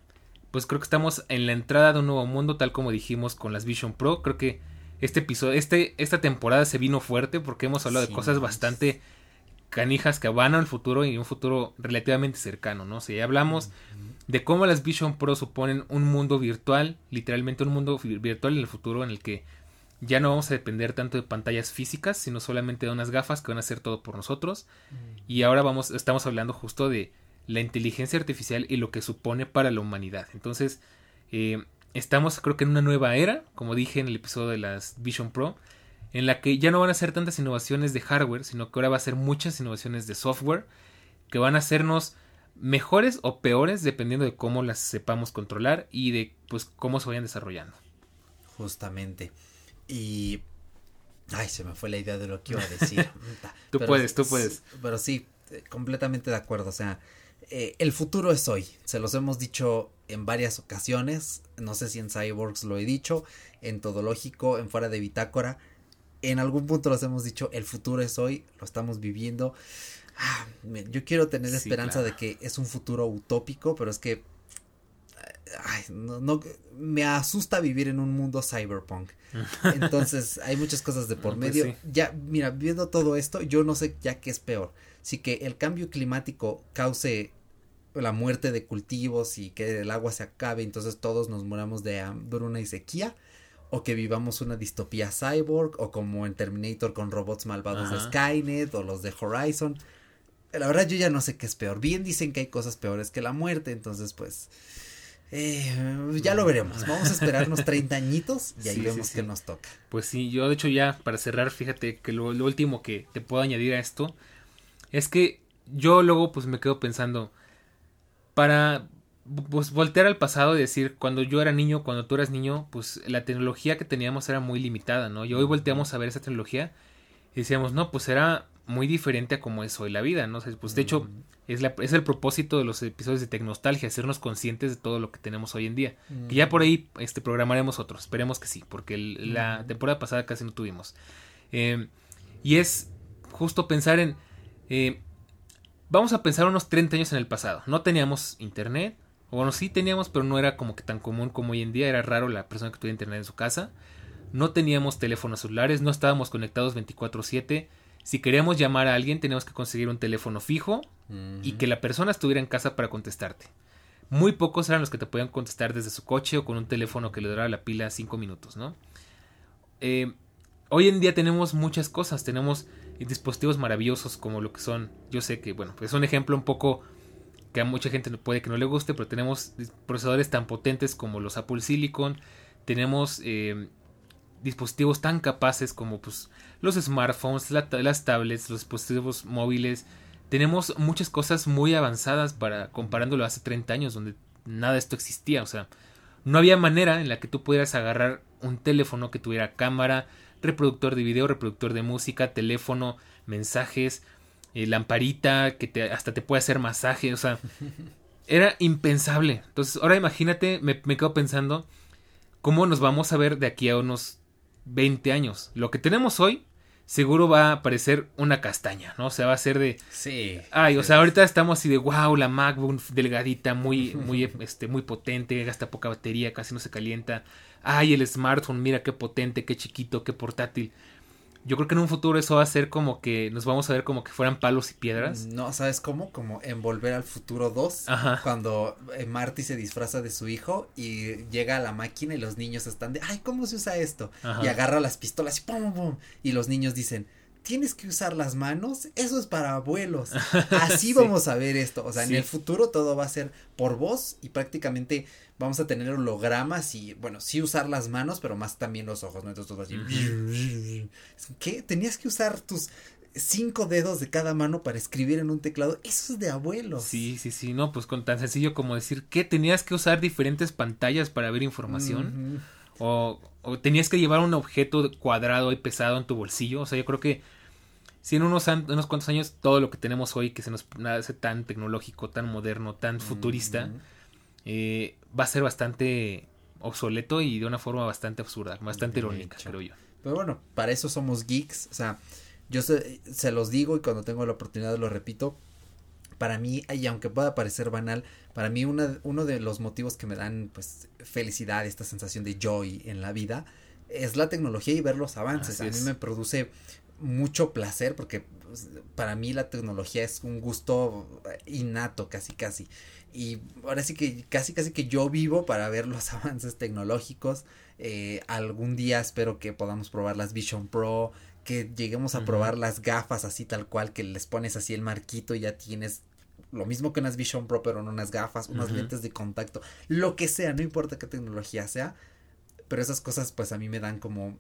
pues creo que estamos en la entrada de un nuevo mundo, tal como dijimos con las Vision Pro. Creo que este episodio, este, esta temporada se vino fuerte porque hemos hablado sí, de cosas bastante canijas que van al futuro y un futuro relativamente cercano, ¿no? O sea, ya hablamos uh-huh. de cómo las Vision Pro suponen un mundo virtual, literalmente un mundo virtual en el futuro en el que ya no vamos a depender tanto de pantallas físicas, sino solamente de unas gafas que van a hacer todo por nosotros. Uh-huh. Y ahora vamos, estamos hablando justo de la inteligencia artificial y lo que supone para la humanidad. Entonces, eh, estamos creo que en una nueva era, como dije en el episodio de las Vision Pro, en la que ya no van a ser tantas innovaciones de hardware, sino que ahora va a ser muchas innovaciones de software que van a hacernos mejores o peores dependiendo de cómo las sepamos controlar y de pues cómo se vayan desarrollando. Justamente. Y ay, se me fue la idea de lo que iba a decir. tú pero, puedes, tú puedes. Pero sí, completamente de acuerdo, o sea, eh, el futuro es hoy, se los hemos dicho en varias ocasiones, no sé si en Cyborgs lo he dicho, en Todo Lógico, en Fuera de Bitácora, en algún punto los hemos dicho, el futuro es hoy, lo estamos viviendo. Ah, yo quiero tener sí, esperanza claro. de que es un futuro utópico, pero es que ay, no, no, me asusta vivir en un mundo cyberpunk. Entonces hay muchas cosas de por no, medio. Pues sí. Ya, mira, viendo todo esto, yo no sé ya qué es peor. Si que el cambio climático cause la muerte de cultivos y que el agua se acabe, entonces todos nos muramos de hambruna y sequía, o que vivamos una distopía cyborg, o como en Terminator con robots malvados Ajá. de Skynet, o los de Horizon. La verdad yo ya no sé qué es peor. Bien dicen que hay cosas peores que la muerte, entonces pues eh, ya lo veremos. Vamos a esperarnos treinta añitos y ahí sí, vemos sí, qué sí. nos toca. Pues sí, yo de hecho ya para cerrar, fíjate que lo, lo último que te puedo añadir a esto es que yo luego pues me quedo pensando, para pues voltear al pasado y decir, cuando yo era niño, cuando tú eras niño, pues la tecnología que teníamos era muy limitada, ¿no? Y hoy volteamos a ver esa tecnología y decíamos, no, pues era muy diferente a como es hoy la vida, ¿no? O sea, pues de hecho es, la, es el propósito de los episodios de Tecnostalgia, hacernos conscientes de todo lo que tenemos hoy en día. Mm. Que ya por ahí este, programaremos otros, esperemos que sí, porque el, la temporada pasada casi no tuvimos. Eh, y es justo pensar en... Eh, vamos a pensar unos treinta años en el pasado. No teníamos internet, o bueno, sí teníamos, pero no era como que tan común como hoy en día. Era raro la persona que tuviera internet en su casa. No teníamos teléfonos celulares, no estábamos conectados veinticuatro siete. Si queríamos llamar a alguien, teníamos que conseguir un teléfono fijo uh-huh. y que la persona estuviera en casa para contestarte. Muy pocos eran los que te podían contestar desde su coche o con un teléfono que le durara la pila cinco minutos, ¿no? Eh, hoy en día tenemos muchas cosas, tenemos dispositivos maravillosos como lo que son, yo sé que, bueno, pues es un ejemplo un poco que a mucha gente puede que no le guste, pero tenemos procesadores tan potentes como los Apple Silicon, tenemos eh, dispositivos tan capaces como pues los smartphones, la, las tablets, los dispositivos móviles. Tenemos muchas cosas muy avanzadas para comparándolo a hace treinta años donde nada de esto existía. O sea, no había manera en la que tú pudieras agarrar un teléfono que tuviera cámara, reproductor de video, reproductor de música, teléfono, mensajes, eh, lamparita que te, hasta te puede hacer masaje. O sea, era impensable. Entonces ahora imagínate, me, me quedo pensando cómo nos vamos a ver de aquí a unos veinte años. Lo que tenemos hoy seguro va a parecer una castaña, ¿no? O sea, va a ser de... Sí. Ay, sí. o sea, ahorita estamos así de wow, la MacBook delgadita, muy, muy, este, muy potente, gasta poca batería, casi no se calienta. Ay, el smartphone, mira qué potente, qué chiquito, qué portátil. Yo creo que en un futuro eso va a ser como que nos vamos a ver como que fueran palos y piedras. No, ¿sabes cómo? Como en Volver al Futuro dos, Ajá. cuando eh, Marty se disfraza de su hijo y llega a la máquina y los niños están de, ay, ¿cómo se usa esto? Ajá. Y agarra las pistolas y pum, pum, y los niños dicen, ¿tienes que usar las manos? Eso es para abuelos. Así sí. vamos a ver esto. O sea, sí. en el futuro todo va a ser por voz y prácticamente vamos a tener hologramas y, bueno, sí usar las manos, pero más también los ojos, ¿no? Entonces todo así. Uh-huh. ¿Qué? ¿Tenías que usar tus cinco dedos de cada mano para escribir en un teclado? Eso es de abuelos. Sí, sí, sí. No, pues con tan sencillo como decir, ¿qué? ¿Tenías que usar diferentes pantallas para ver información? Uh-huh. O, o tenías que llevar un objeto cuadrado y pesado en tu bolsillo. O sea, yo creo que si en unos, unos cuantos años todo lo que tenemos hoy que se nos hace tan tecnológico, tan moderno, tan futurista, uh-huh. eh, va a ser bastante obsoleto y de una forma bastante absurda, bastante irónica, creo yo. Pero bueno, para eso somos geeks, o sea, yo se, se los digo y cuando tengo la oportunidad lo repito, para mí, y aunque pueda parecer banal, para mí una, uno de los motivos que me dan pues felicidad, esta sensación de joy en la vida, es la tecnología y ver los avances. Así a mí es. Me produce mucho placer porque pues, para mí la tecnología es un gusto innato casi casi. Y ahora sí que casi casi que yo vivo para ver los avances tecnológicos. Eh, algún día espero que podamos probar las Vision Pro, que lleguemos a uh-huh. probar las gafas así tal cual, que les pones así el marquito y ya tienes lo mismo que unas Vision Pro, pero en unas gafas, unas uh-huh. lentes de contacto, lo que sea, no importa qué tecnología sea, pero esas cosas pues a mí me dan como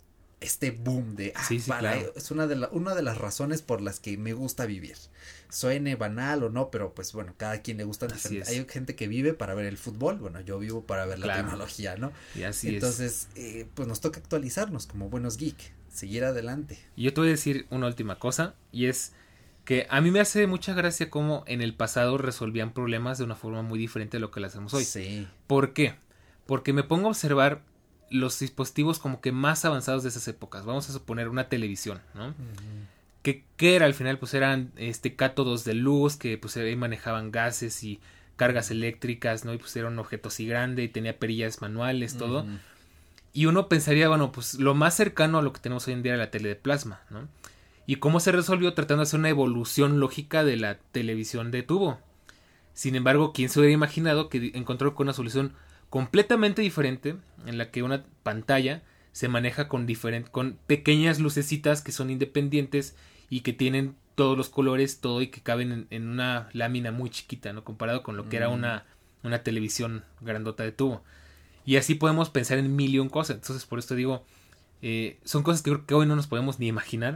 este boom de, ah, sí, sí, para, claro. es una de, la, una de las razones por las que me gusta vivir. Suene banal o no, pero pues bueno, cada quien le gusta. Hay gente que vive para ver el fútbol, bueno, yo vivo para ver la claro. tecnología, ¿no? Y así Entonces, eh, pues nos toca actualizarnos como buenos geek, seguir adelante. Y yo te voy a decir una última cosa, y es que a mí me hace mucha gracia cómo en el pasado resolvían problemas de una forma muy diferente de lo que lo hacemos hoy. Sí. ¿Por qué? Porque me pongo a observar los dispositivos como que más avanzados de esas épocas. Vamos a suponer una televisión, ¿no? Uh-huh. que, que era al final, pues eran este cátodos de luz que pues ahí manejaban gases y cargas eléctricas, ¿no? Y pues era un objeto así grande y tenía perillas manuales, todo. Uh-huh. Y uno pensaría, bueno, pues lo más cercano a lo que tenemos hoy en día era la tele de plasma, ¿no? Y cómo se resolvió tratando de hacer una evolución lógica de la televisión de tubo. Sin embargo, ¿quién se hubiera imaginado que encontró con una solución completamente diferente, en la que una pantalla se maneja con diferente, con pequeñas lucecitas que son independientes y que tienen todos los colores, todo, y que caben en, en una lámina muy chiquita, ¿no? Comparado con lo que mm. era una, una televisión grandota de tubo. Y así podemos pensar en mil y un cosas. Entonces, por esto digo, eh, son cosas que creo que hoy no nos podemos ni imaginar,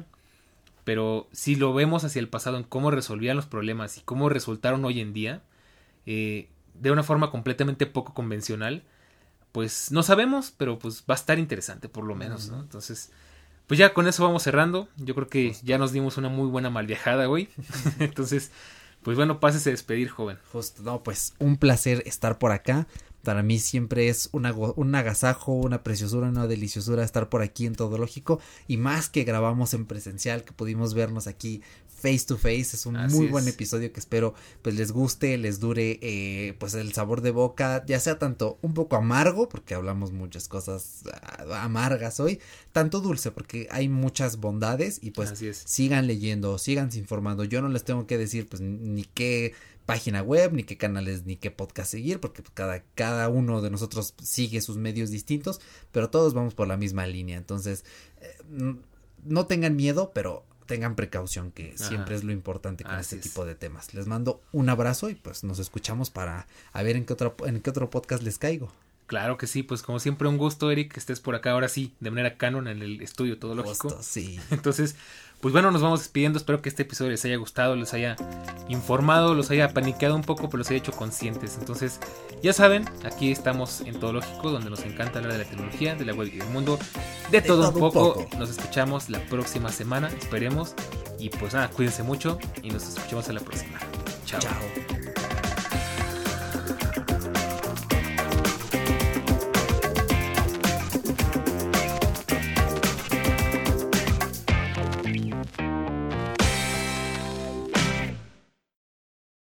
pero si lo vemos hacia el pasado en cómo resolvían los problemas y cómo resultaron hoy en día, eh, de una forma completamente poco convencional, pues no sabemos, pero pues va a estar interesante por lo menos, ¿no? Entonces, pues ya con eso vamos cerrando. Yo creo que Justo. ya nos dimos una muy buena malviajada hoy. Entonces, pues bueno, pásese a despedir, joven. Justo, no, pues un placer estar por acá. Para mí siempre es una, un agasajo, una preciosura, una deliciosura estar por aquí en Todo Lógico, y más que grabamos en presencial, que pudimos vernos aquí face to face. Es un Así muy es. buen episodio que espero pues les guste, les dure eh, pues el sabor de boca, ya sea tanto un poco amargo, porque hablamos muchas cosas amargas hoy, tanto dulce, porque hay muchas bondades, y pues sigan leyendo, sigan informando. Yo no les tengo que decir pues ni qué página web, ni qué canales, ni qué podcast seguir, porque cada, cada uno de nosotros sigue sus medios distintos, pero todos vamos por la misma línea. Entonces, eh, no tengan miedo, pero tengan precaución, que Ajá. siempre es lo importante con Así este es. tipo de temas. Les mando un abrazo y pues nos escuchamos para a ver en qué otro, en qué otro podcast les caigo. Claro que sí, pues como siempre un gusto, Eric, que estés por acá ahora sí, de manera canon en el estudio Todo Lógico. Justo, sí. Entonces, pues bueno, nos vamos despidiendo. Espero que este episodio les haya gustado, les haya informado, los haya paniqueado un poco, pero los haya hecho conscientes. Entonces, ya saben, aquí estamos en Todo Lógico, donde nos encanta hablar de la tecnología, de la web y del mundo, de, de todo, todo un poco. poco. Nos escuchamos la próxima semana, esperemos. Y pues nada, cuídense mucho y nos escuchamos a la próxima. Chao. Chao.